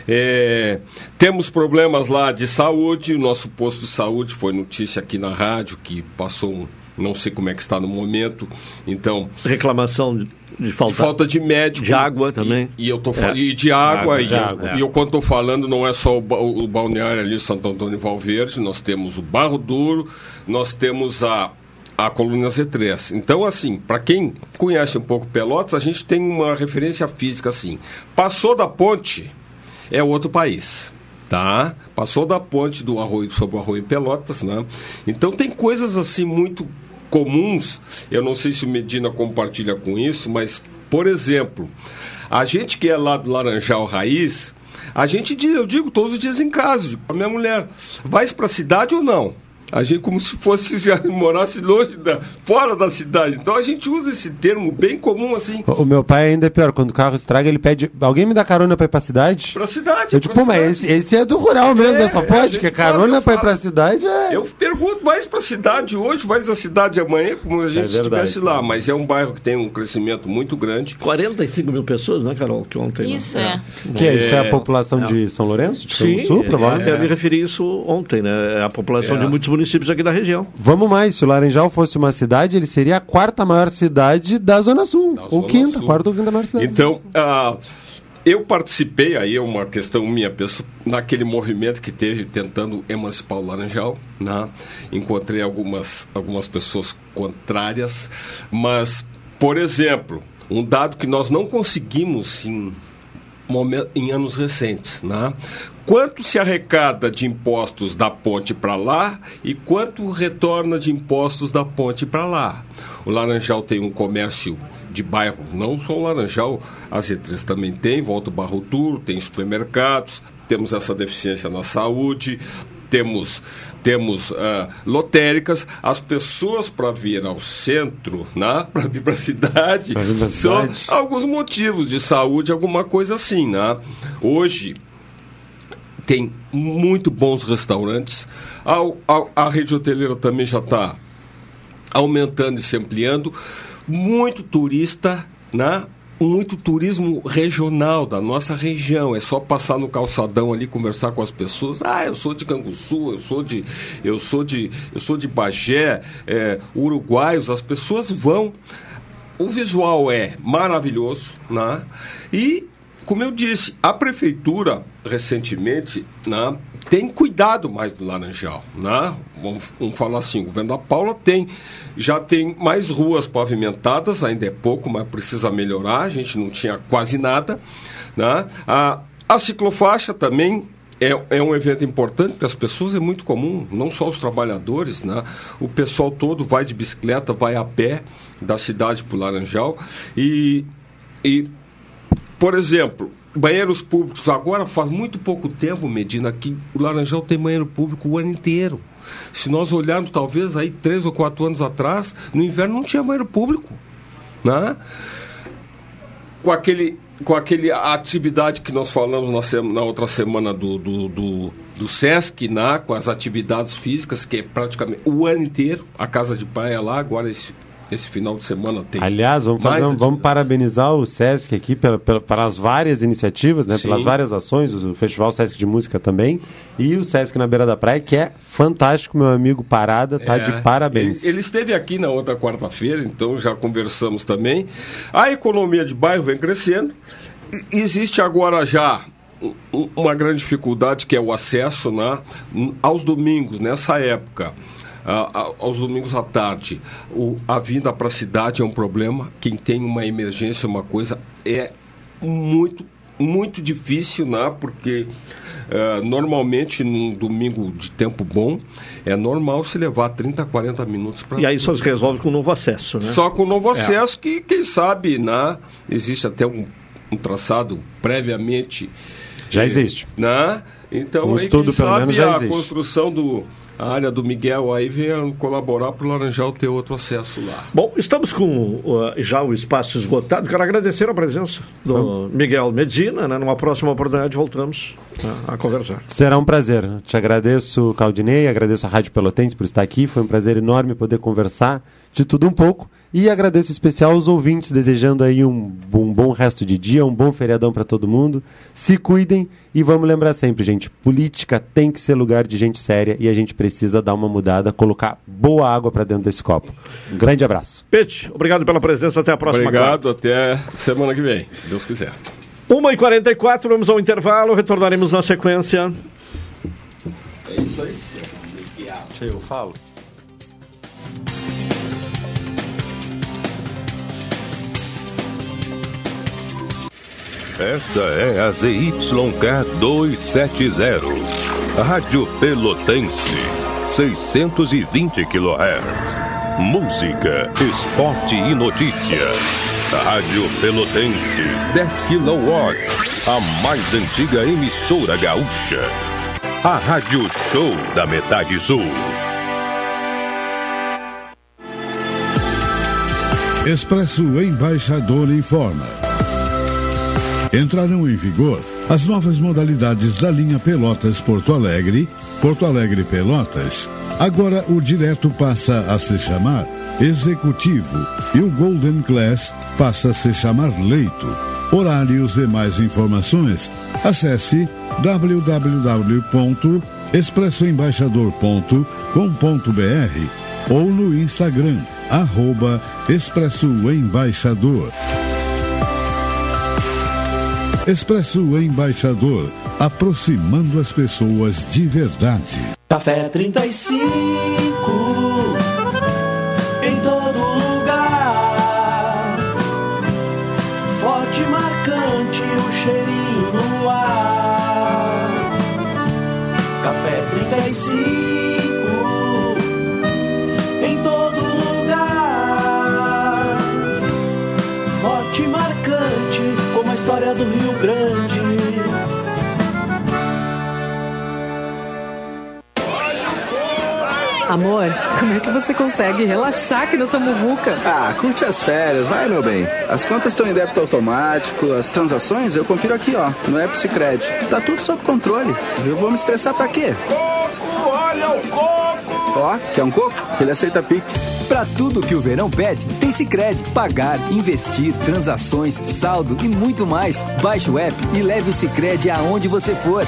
É, temos problemas lá de saúde. O nosso posto de saúde foi notícia aqui na rádio que passou um, não sei como é que está no momento, então reclamação de, de falta de falta de médico, de água também, e, e eu tô falando é. e de água, água, e, de água. e eu quando estou falando não é só o, o balneário ali Santo Antônio Valverde, nós temos o Barro Duro, nós temos a a coluna Z três. Então, assim, para quem conhece um pouco Pelotas, a gente tem uma referência física assim. Passou da ponte, é outro país, tá? Passou da ponte do Arroio, sobre o Arroio Pelotas, né? Então, tem coisas assim muito comuns. Eu não sei se o Medina compartilha com isso, mas, por exemplo, a gente que é lá do Laranjal Raiz, a gente, eu digo todos os dias em casa, a minha mulher, vai para a cidade ou não? A gente como se fosse já morasse longe da, fora da cidade. Então a gente usa esse termo bem comum assim. O, o meu pai ainda é pior, quando o carro estraga, ele pede, alguém me dá carona pra ir pra cidade? Pra cidade. Eu tipo, pô, mas esse, esse é do rural mesmo, é, só pode, porque carona pra ir pra cidade é... Eu pergunto mais pra cidade hoje, mais da cidade amanhã, como a gente é estivesse lá, mas é um bairro que tem um crescimento muito grande. quarenta e cinco mil pessoas, né, Carol, que ontem... Isso, né? é. Que é, isso é a população é. de São Lourenço? De Sim, São Sul, provavelmente. Eu até me referi isso ontem, né, a população é. de muitos municípios aqui da região. Vamos mais, se o Laranjal fosse uma cidade, ele seria a quarta maior cidade da Zona Sul. Da ou Zona quinta, Sul. quarta ou quinta maior cidade. Então, uh, eu participei, aí é uma questão minha pessoa, naquele movimento que teve tentando emancipar o Laranjal, né? Encontrei algumas, algumas pessoas contrárias, mas, por exemplo, um dado que nós não conseguimos em, momento, em anos recentes, né? Quanto se arrecada de impostos da ponte para lá e quanto retorna de impostos da ponte para lá? O Laranjal tem um comércio de bairro, não só o Laranjal, a Z três também tem, volta o Barro Duro, tem supermercados, temos essa deficiência na saúde, temos, temos uh, lotéricas, as pessoas para vir ao centro, né, para vir para a cidade, são alguns motivos de saúde, alguma coisa assim, né? Hoje tem muito bons restaurantes, a, a, a rede hoteleira também já está aumentando e se ampliando, muito turista, né? Muito turismo regional da nossa região, é só passar no calçadão ali, conversar com as pessoas, ah, eu sou de Canguçu, eu sou de, eu sou de, eu sou de Bagé, é, uruguaios, as pessoas vão, o visual é maravilhoso, né? E como eu disse, a prefeitura, recentemente, né, tem cuidado mais do Laranjal. Né? Vamos, vamos falar assim, o governo da Paula tem, já tem mais ruas pavimentadas, ainda é pouco, mas precisa melhorar, a gente não tinha quase nada. Né? A, a ciclofaixa também é, é um evento importante, porque as pessoas é muito comum, não só os trabalhadores, né? O pessoal todo vai de bicicleta, vai a pé da cidade para o Laranjal e... e por exemplo, banheiros públicos, agora faz muito pouco tempo, Medina, que o Laranjal tem banheiro público o ano inteiro. Se nós olharmos, talvez, aí três ou quatro anos atrás, no inverno não tinha banheiro público. Né? Com aquele, com aquele atividade que nós falamos na, sema, na outra semana do, do, do, do Sesc, né, com as atividades físicas, que é praticamente o ano inteiro, a casa de praia lá, agora esse, esse final de semana tem. Aliás, vamos, fazer, um, vamos parabenizar o Sesc aqui pela, pela, pelas várias iniciativas, né, pelas várias ações, o Festival Sesc de Música também, e o Sesc na Beira da Praia, que é fantástico, meu amigo Parada, tá é, de parabéns. Ele, ele esteve aqui na outra quarta-feira, então já conversamos também. A economia de bairro vem crescendo, existe agora já uma grande dificuldade, que é o acesso, né, aos domingos, nessa época. Uh, aos domingos à tarde, o, a vinda para a cidade é um problema. Quem tem uma emergência, uma coisa, é muito, muito difícil, né? Porque uh, normalmente num domingo de tempo bom é normal se levar trinta, quarenta minutos para... E aí só se resolve com o novo acesso, né? Só com o novo acesso, é. que quem sabe, né? Existe até um, um traçado previamente... Já existe. Né? Então, um aí, estudo, quem pelo sabe menos, já a existe. construção do... A área do Miguel aí vem colaborar para o Laranjal ter outro acesso lá. Bom, estamos com uh, já o espaço esgotado. Quero agradecer a presença do Vamos. Miguel Medina. Né? Numa próxima oportunidade voltamos a, a conversar. Será um prazer. Te agradeço, Claudinei, agradeço a Rádio Pelotense por estar aqui. Foi um prazer enorme poder conversar de tudo um pouco. E agradeço em especial aos ouvintes, desejando aí um, um bom resto de dia, um bom feriadão para todo mundo. Se cuidem e vamos lembrar sempre, gente, política tem que ser lugar de gente séria e a gente precisa dar uma mudada, colocar boa água para dentro desse copo. Um grande abraço. Pete, obrigado pela presença, até a próxima. Obrigado, até semana que vem, se Deus quiser. uma e quarenta e quatro, vamos ao intervalo, retornaremos na sequência. É isso aí. Eu falo. Esta é a Z Y K duzentos e setenta, Rádio Pelotense, seiscentos e vinte quilohertz. Música, esporte e notícia. Rádio Pelotense, dez quilowatts, a mais antiga emissora gaúcha. A Rádio Show da Metade Sul. Expresso Embaixador informa. Entrarão em vigor as novas modalidades da linha Pelotas-Porto Alegre, Porto Alegre-Pelotas. Agora o direto passa a se chamar Executivo e o Golden Class passa a se chamar Leito. Horários e mais informações, acesse w w w ponto expresso embaixador ponto com ponto b r ou no Instagram, arroba Expresso Embaixador. Expresso Embaixador, aproximando as pessoas de verdade. Café trinta e cinco, em todo lugar. Forte, marcante, o cheirinho no ar. Café trinta e cinco, em todo lugar. Forte, marcante, como a história do Rio Grande. Amor, como é que você consegue relaxar aqui nessa muvuca? Ah, curte as férias, vai, meu bem. As contas estão em débito automático, as transações eu confiro aqui, ó, no app Sicredi. Tá tudo sob controle. Eu vou me estressar pra quê? Coco, olha o coco! Ó, quer um coco? Ele aceita Pix. Pra tudo que o verão pede, tem Sicredi. Pagar, investir, transações, saldo e muito mais. Baixe o app e leve o Sicredi aonde você for.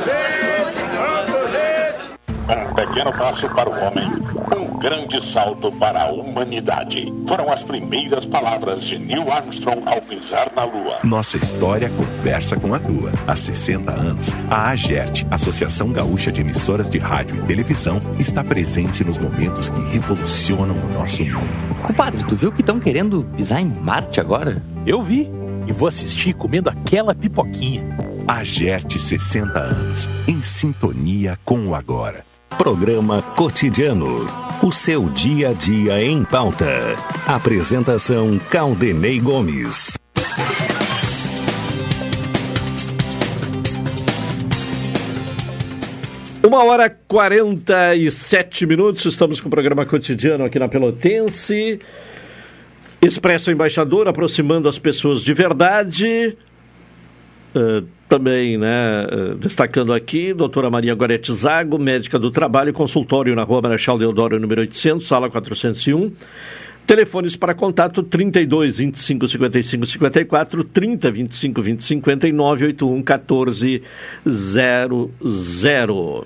Um pequeno passo para o homem, um grande salto para a humanidade. Foram as primeiras palavras de Neil Armstrong ao pisar na Lua. Nossa história conversa com a tua. Há sessenta anos, a AGERT, Associação Gaúcha de Emissoras de Rádio e Televisão, está presente nos momentos que revolucionam o nosso mundo. Compadre, tu viu que estão querendo pisar em Marte agora? Eu vi, e vou assistir comendo aquela pipoquinha. AGERT, sessenta anos, em sintonia com o agora. Programa Cotidiano. O seu dia a dia em pauta. Apresentação Caldenei Gomes. Uma hora e quarenta e sete minutos. Estamos com o programa Cotidiano aqui na Pelotense. Expresso Embaixador, aproximando as pessoas de verdade. Uh, também, né, destacando aqui, doutora Maria Gorete Zago, médica do trabalho, consultório na Rua Marechal Deodoro, número oitocentos, sala quatrocentos e um. Telefones para contato trinta e dois, vinte e cinco, cinquenta e cinco, cinquenta e quatro, trinta, vinte e cinco, vinte e cinquenta e nove, oitenta e um, quatorze, zero zero.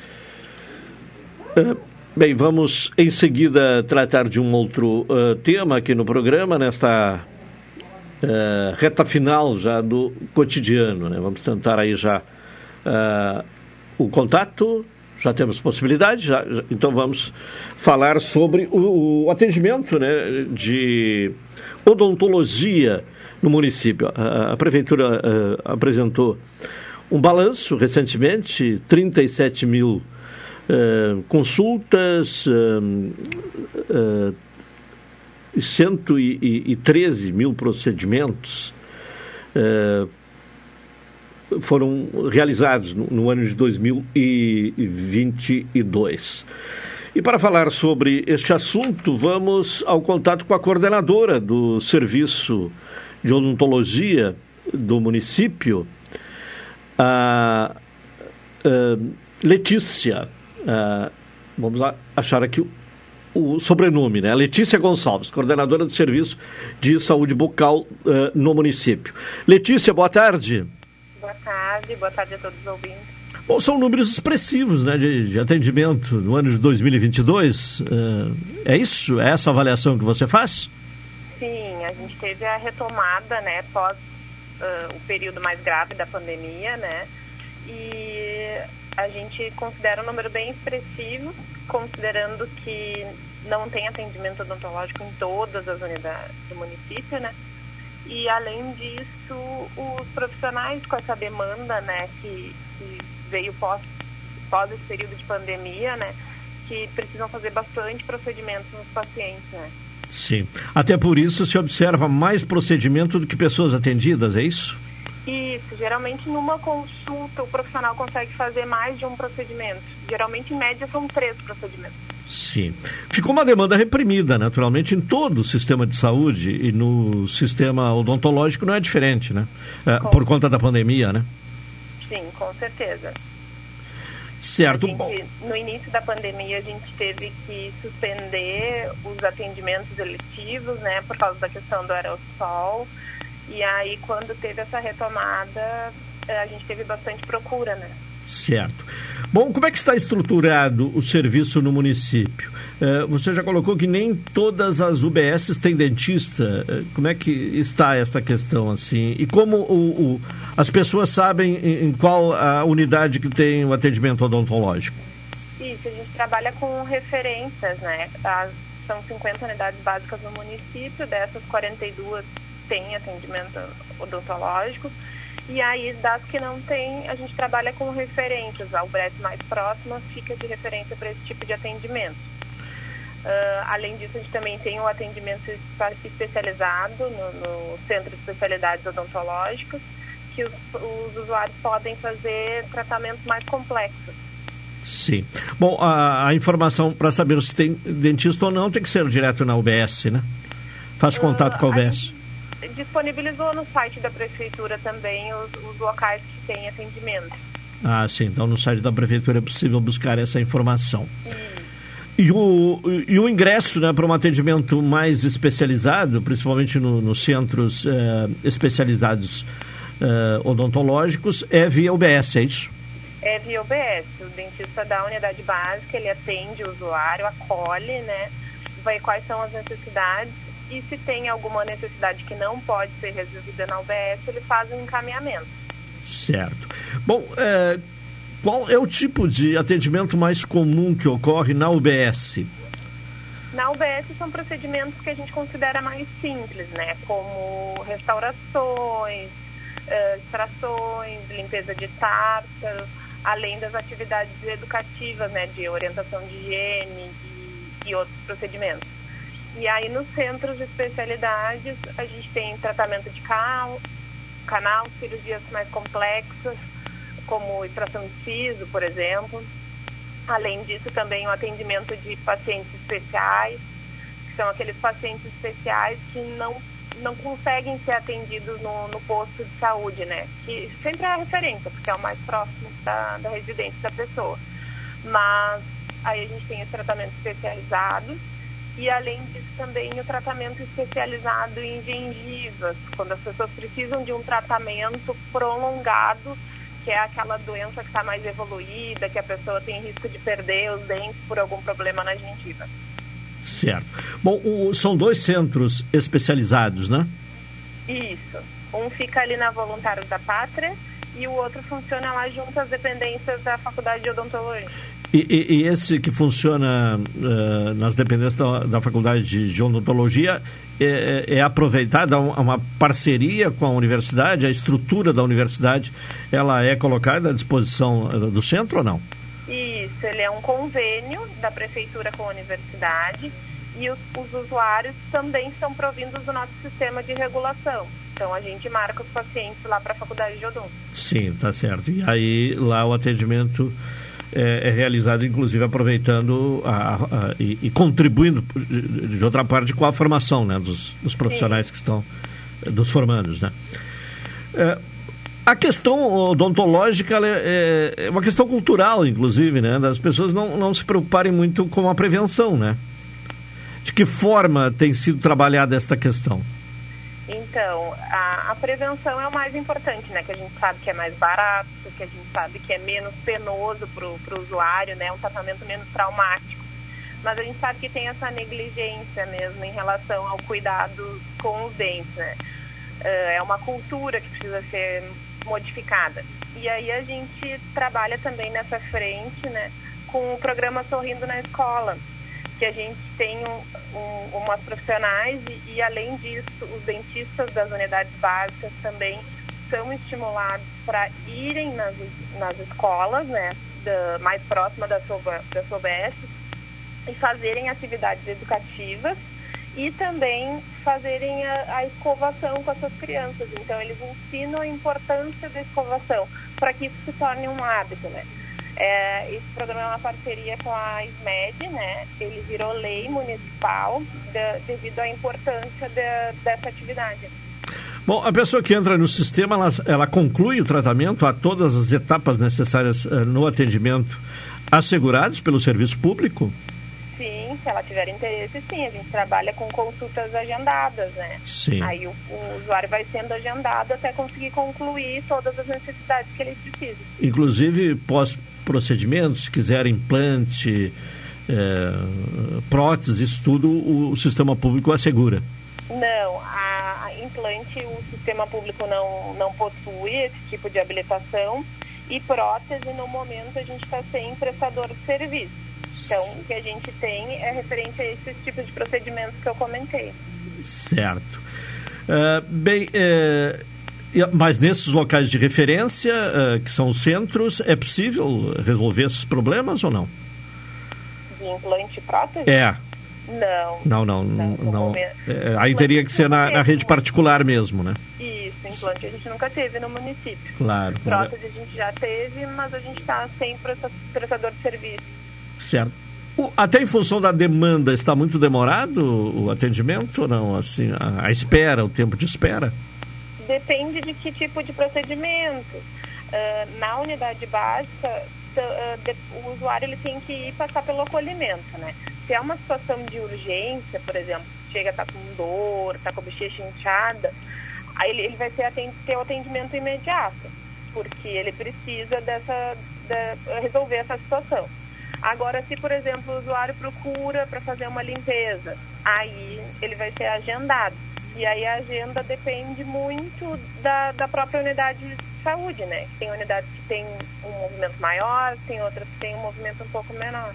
Uh, bem, vamos em seguida tratar de um outro uh, tema aqui no programa, nesta uh, reta final já do cotidiano, né? Vamos tentar aí já uh, o contato. Já temos possibilidade, já, já, então vamos falar sobre o, o atendimento, né, de odontologia no município. A, a Prefeitura uh, apresentou um balanço recentemente, trinta e sete mil uh, consultas, uh, uh, cento e treze mil procedimentos uh, foram realizados no, no ano de dois mil e vinte e dois. E para falar sobre este assunto, vamos ao contato com a coordenadora do Serviço de Odontologia do município, a, a Letícia. A, vamos lá achar aqui o, o sobrenome, né? Letícia Gonçalves, coordenadora do Serviço de Saúde Bucal uh, no município. Letícia, boa tarde. Boa tarde, boa tarde a todos os ouvintes. Bom, são números expressivos, né, de, de atendimento no ano de dois mil e vinte e dois. Uh, é isso? É essa avaliação que você faz? Sim, a gente teve a retomada, né, pós uh, o período mais grave da pandemia, né, e a gente considera um número bem expressivo, considerando que não tem atendimento odontológico em todas as unidades do município, né. E, além disso, os profissionais com essa demanda, né, que, que veio pós, pós esse período de pandemia, né, que precisam fazer bastante procedimentos nos pacientes, né. Sim. Até por isso se observa mais procedimento do que pessoas atendidas, é isso? Isso. Geralmente, numa consulta, o profissional consegue fazer mais de um procedimento. Geralmente, em média, são três procedimentos. Sim. Ficou uma demanda reprimida, naturalmente, em todo o sistema de saúde, e no sistema odontológico não é diferente, né? É, por conta da pandemia, né? Sim, com certeza. Certo. A gente, no início da pandemia, a gente teve que suspender os atendimentos eletivos, né? Por causa da questão do aerossol. E aí, quando teve essa retomada, a gente teve bastante procura, né? Certo. Bom, como é que está estruturado o serviço no município? Uh, você já colocou que nem todas as U B S têm dentista. Uh, como é que está esta questão, assim? E como o, o, as pessoas sabem em, em qual a unidade que tem o atendimento odontológico? Isso, a gente trabalha com referências, né? As, são cinquenta unidades básicas no município, dessas quarenta e duas têm atendimento odontológico. E aí, das que não tem, a gente trabalha com referências. A U B S mais próxima fica de referência para esse tipo de atendimento. Uh, além disso, a gente também tem o atendimento especializado no, no Centro de Especialidades Odontológicas, que os, os usuários podem fazer tratamentos mais complexos. Sim. Bom, a, a informação para saber se tem dentista ou não tem que ser direto na U B S, né? Faz contato uh, com a U B S. Disponibilizou no site da Prefeitura também os, os locais que têm atendimento. Ah, sim. Então, no site da Prefeitura é possível buscar essa informação. Hum. E, o, e o ingresso, né, para um atendimento mais especializado, principalmente no, nos centros eh, especializados eh, odontológicos, é via U B S, é isso? É via U B S. O dentista da unidade básica, ele atende o usuário, acolhe, né, vai quais são as necessidades. E se tem alguma necessidade que não pode ser resolvida na U B S, ele faz um encaminhamento. Certo. Bom, é, qual é o tipo de atendimento mais comum que ocorre na U B S? Na U B S são procedimentos que a gente considera mais simples, né? Como restaurações, uh, extrações, limpeza de tártaro, além das atividades educativas, né? De orientação de higiene e, e outros procedimentos. E aí, nos centros de especialidades, a gente tem tratamento de cal, canal, cirurgias mais complexas, como extração de siso, por exemplo. Além disso, também o atendimento de pacientes especiais, que são aqueles pacientes especiais que não, não conseguem ser atendidos no, no posto de saúde, né? Que sempre é a referência, porque é o mais próximo da, da residência da pessoa. Mas aí a gente tem esse tratamento especializado e, além disso, também o tratamento especializado em gengivas, quando as pessoas precisam de um tratamento prolongado, que é aquela doença que está mais evoluída, que a pessoa tem risco de perder os dentes por algum problema na gengiva. Certo. Bom, o, são dois centros especializados, né? Isso. Um fica ali na Voluntários da Pátria e o outro funciona lá junto às dependências da Faculdade de Odontologia. E, e, e esse que funciona uh, nas dependências da, da Faculdade de Odontologia é, é aproveitada uma parceria com a universidade, a estrutura da universidade, ela é colocada à disposição do centro ou não? Isso, ele é um convênio da prefeitura com a universidade e os, os usuários também são provindos do nosso sistema de regulação. Então a gente marca os pacientes lá para a Faculdade de Odonto. Sim, tá certo. E aí lá o atendimento é, é realizado, inclusive, aproveitando a, a, a, e, e contribuindo, de outra parte, com a formação, né, dos, dos profissionais Sim. que estão, dos formandos, né? É, a questão odontológica ela é, é uma questão cultural, inclusive, né? Das pessoas não, não se preocuparem muito com a prevenção, né? De que forma tem sido trabalhada esta questão? Então, a, a prevenção é o mais importante, né? Que a gente sabe que é mais barato, que a gente sabe que é menos penoso para o usuário, né? Um tratamento menos traumático. Mas a gente sabe que tem essa negligência mesmo em relação ao cuidado com os dentes, né? Uh, é uma cultura que precisa ser modificada. E aí a gente trabalha também nessa frente, né? Com o programa Sorrindo na Escola, que a gente tem um, um, umas profissionais e, e, além disso, os dentistas das unidades básicas também são estimulados para irem nas, nas escolas, né, da, mais próxima da sua, da sua U B S e fazerem atividades educativas e também fazerem a, a escovação com as suas crianças. Então, eles ensinam a importância da escovação para que isso se torne um hábito, né? É, esse programa é uma parceria com a SMED, né? Ele virou lei municipal de, devido à importância de, dessa atividade. Bom, a pessoa que entra no sistema, ela, ela conclui o tratamento a todas as etapas necessárias uh, no atendimento assegurados pelo serviço público? Sim, se ela tiver interesse, sim. A gente trabalha com consultas agendadas, né? Sim. Aí o, o usuário vai sendo agendado até conseguir concluir todas as necessidades que ele precisa. Inclusive, pós-procedimentos, se quiser implante, é, prótese, isso tudo, o, o sistema público assegura? Não, a, a implante, o sistema público não, não possui esse tipo de habilitação e prótese, no momento, a gente está sem prestador de serviço. Então, o que a gente tem é referente a esses tipos de procedimentos que eu comentei. Certo. Uh, bem, uh, mas nesses locais de referência, uh, que são os centros, é possível resolver esses problemas ou não? De implante e prótese? É. Não. Não, não. não, não. É, aí teria que ser na, na rede particular mesmo, né? Isso, implante a gente nunca teve no município. Claro. Prótese a gente já teve, mas a gente está sem prestador de serviço. Certo. O, até em função da demanda, está muito demorado o atendimento ou não? Assim, a, a espera, o tempo de espera? Depende de que tipo de procedimento. Uh, na unidade básica, uh, de, o usuário ele tem que ir passar pelo acolhimento, né? Se é uma situação de urgência, por exemplo, chega a estar com dor, está com a bochecha inchada, aí ele, ele vai ser atend, ter o atendimento imediato, porque ele precisa dessa, de, resolver essa situação. Agora, se, por exemplo, o usuário procura para fazer uma limpeza, aí ele vai ser agendado. E aí a agenda depende muito da, da própria unidade de saúde, né? Tem unidades que tem um movimento maior, tem outras que tem um movimento um pouco menor.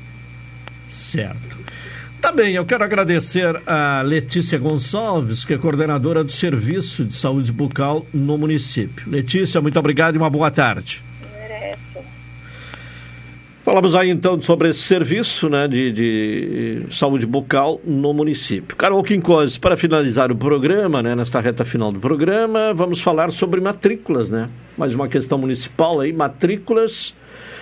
Certo. Tá bem, eu quero agradecer a Letícia Gonçalves, que é coordenadora do Serviço de Saúde Bucal no município. Letícia, muito obrigado e uma boa tarde. Merece. Falamos aí então sobre esse serviço, né, de, de saúde bucal no município. Carol Quincose, para finalizar o programa, né, nesta reta final do programa, vamos falar sobre matrículas, né? Mais uma questão municipal aí, matrículas.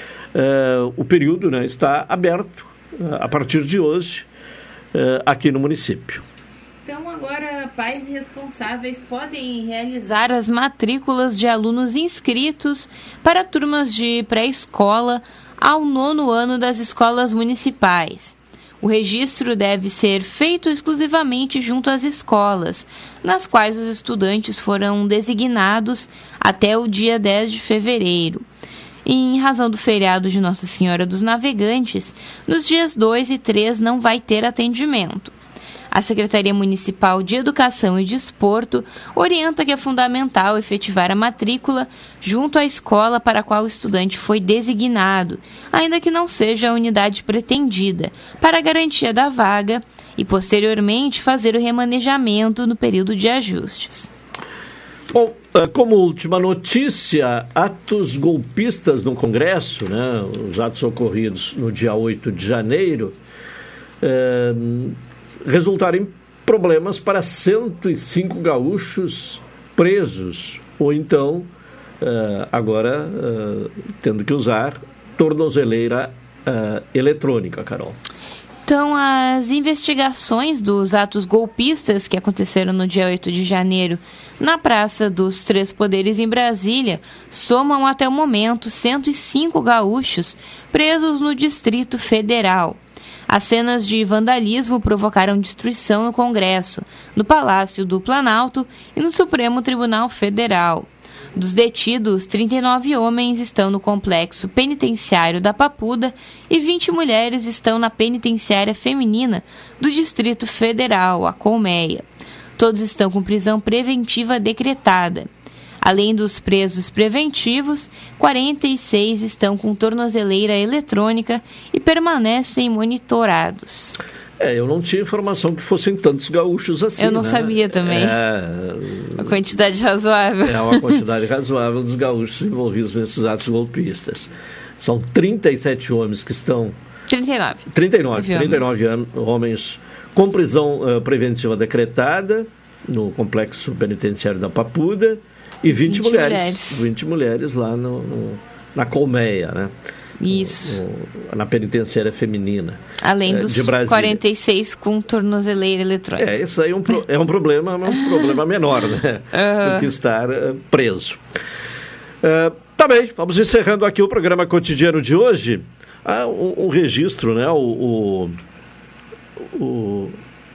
Uh, o período, né, está aberto uh, a partir de hoje uh, aqui no município. Então, agora, pais responsáveis podem realizar as matrículas de alunos inscritos para turmas de pré-escola ao nono ano das escolas municipais. O registro deve ser feito exclusivamente junto às escolas, nas quais os estudantes foram designados até o dia dez de fevereiro. Em razão do feriado de Nossa Senhora dos Navegantes, nos dias dois e três não vai ter atendimento. A Secretaria Municipal de Educação e Desporto orienta que é fundamental efetivar a matrícula junto à escola para a qual o estudante foi designado, ainda que não seja a unidade pretendida, para a garantia da vaga e, posteriormente, fazer o remanejamento no período de ajustes. Bom, como última notícia, atos golpistas no Congresso, né, os atos ocorridos no dia oito de janeiro, eh, resultaram em problemas para cento e cinco gaúchos presos, ou então, uh, agora, uh, tendo que usar tornozeleira uh, eletrônica, Carol. Então, as investigações dos atos golpistas que aconteceram no dia oito de janeiro na Praça dos Três Poderes em Brasília somam até o momento cento e cinco gaúchos presos no Distrito Federal. As cenas de vandalismo provocaram destruição no Congresso, no Palácio do Planalto e no Supremo Tribunal Federal. Dos detidos, trinta e nove homens estão no complexo penitenciário da Papuda e vinte mulheres estão na penitenciária feminina do Distrito Federal, a Colmeia. Todos estão com prisão preventiva decretada. Além dos presos preventivos, quarenta e seis estão com tornozeleira eletrônica e permanecem monitorados. É, eu não tinha informação que fossem tantos gaúchos assim. Eu não né? sabia também. É, uma quantidade razoável. É uma quantidade razoável dos gaúchos envolvidos nesses atos golpistas. São trinta e sete homens que estão... trinta e nove. trinta e nove, trinta e nove anos, homens com prisão uh, preventiva decretada no complexo penitenciário da Papuda. E vinte, vinte mulheres, mulheres. vinte mulheres lá no, no, na Colmeia, né? Isso. No, na penitenciária feminina. Além dos de quarenta e seis com tornozeleira eletrônica. É, isso aí é um, pro, é um problema, mas um problema menor, né? Uhum. Do que estar uh, preso. Uh, tá bem, vamos encerrando aqui o programa cotidiano de hoje. Ah, um, um registro, né? O, o, o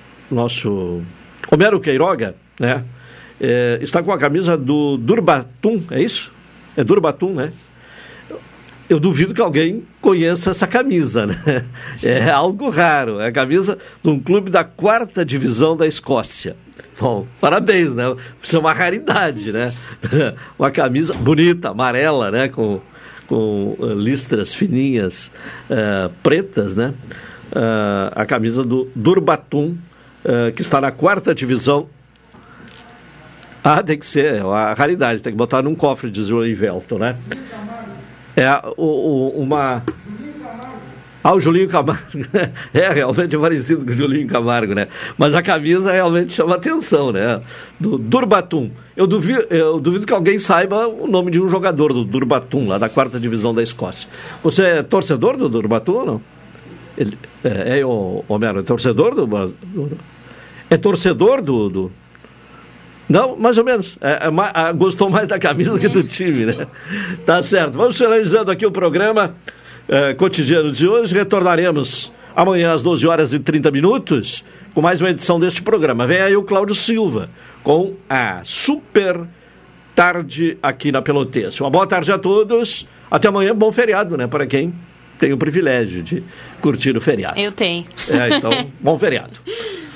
nosso Homero Queiroga, né? É, está com a camisa do Durbatum, é isso? É Durbatum, né? Eu duvido que alguém conheça essa camisa, né? É algo raro, é a camisa de um clube da quarta divisão da Escócia. Bom, parabéns, né? Isso é uma raridade, né? Uma camisa bonita, amarela, né? Com, com uh, listras fininhas uh, pretas, né? Uh, a camisa do Durbatum, uh, que está na quarta divisão. Ah, tem que ser, é uma raridade, tem que botar num cofre, diz o Ivelton, né? É o, o, uma... Ah, o Julinho Camargo, é realmente parecido com o Julinho Camargo, né? Mas a camisa realmente chama atenção, né? Do Durbatum. Eu duvido, eu duvido que alguém saiba o nome de um jogador do Durbatum, lá da quarta divisão da Escócia. Você é torcedor do Durbatum ou não? Ele, é, é o Homero, é torcedor do... É torcedor do... do Não, mais ou menos. É, é, é, gostou mais da camisa que do time, né? Tá certo. Vamos finalizando aqui o programa é, cotidiano de hoje. Retornaremos amanhã às doze horas e trinta minutos com mais uma edição deste programa. Vem aí o Cláudio Silva com a Super Tarde aqui na Pelotense. Uma boa tarde a todos. Até amanhã, bom feriado, né? Para quem tem o privilégio de curtir o feriado. Eu tenho. É, então, bom feriado.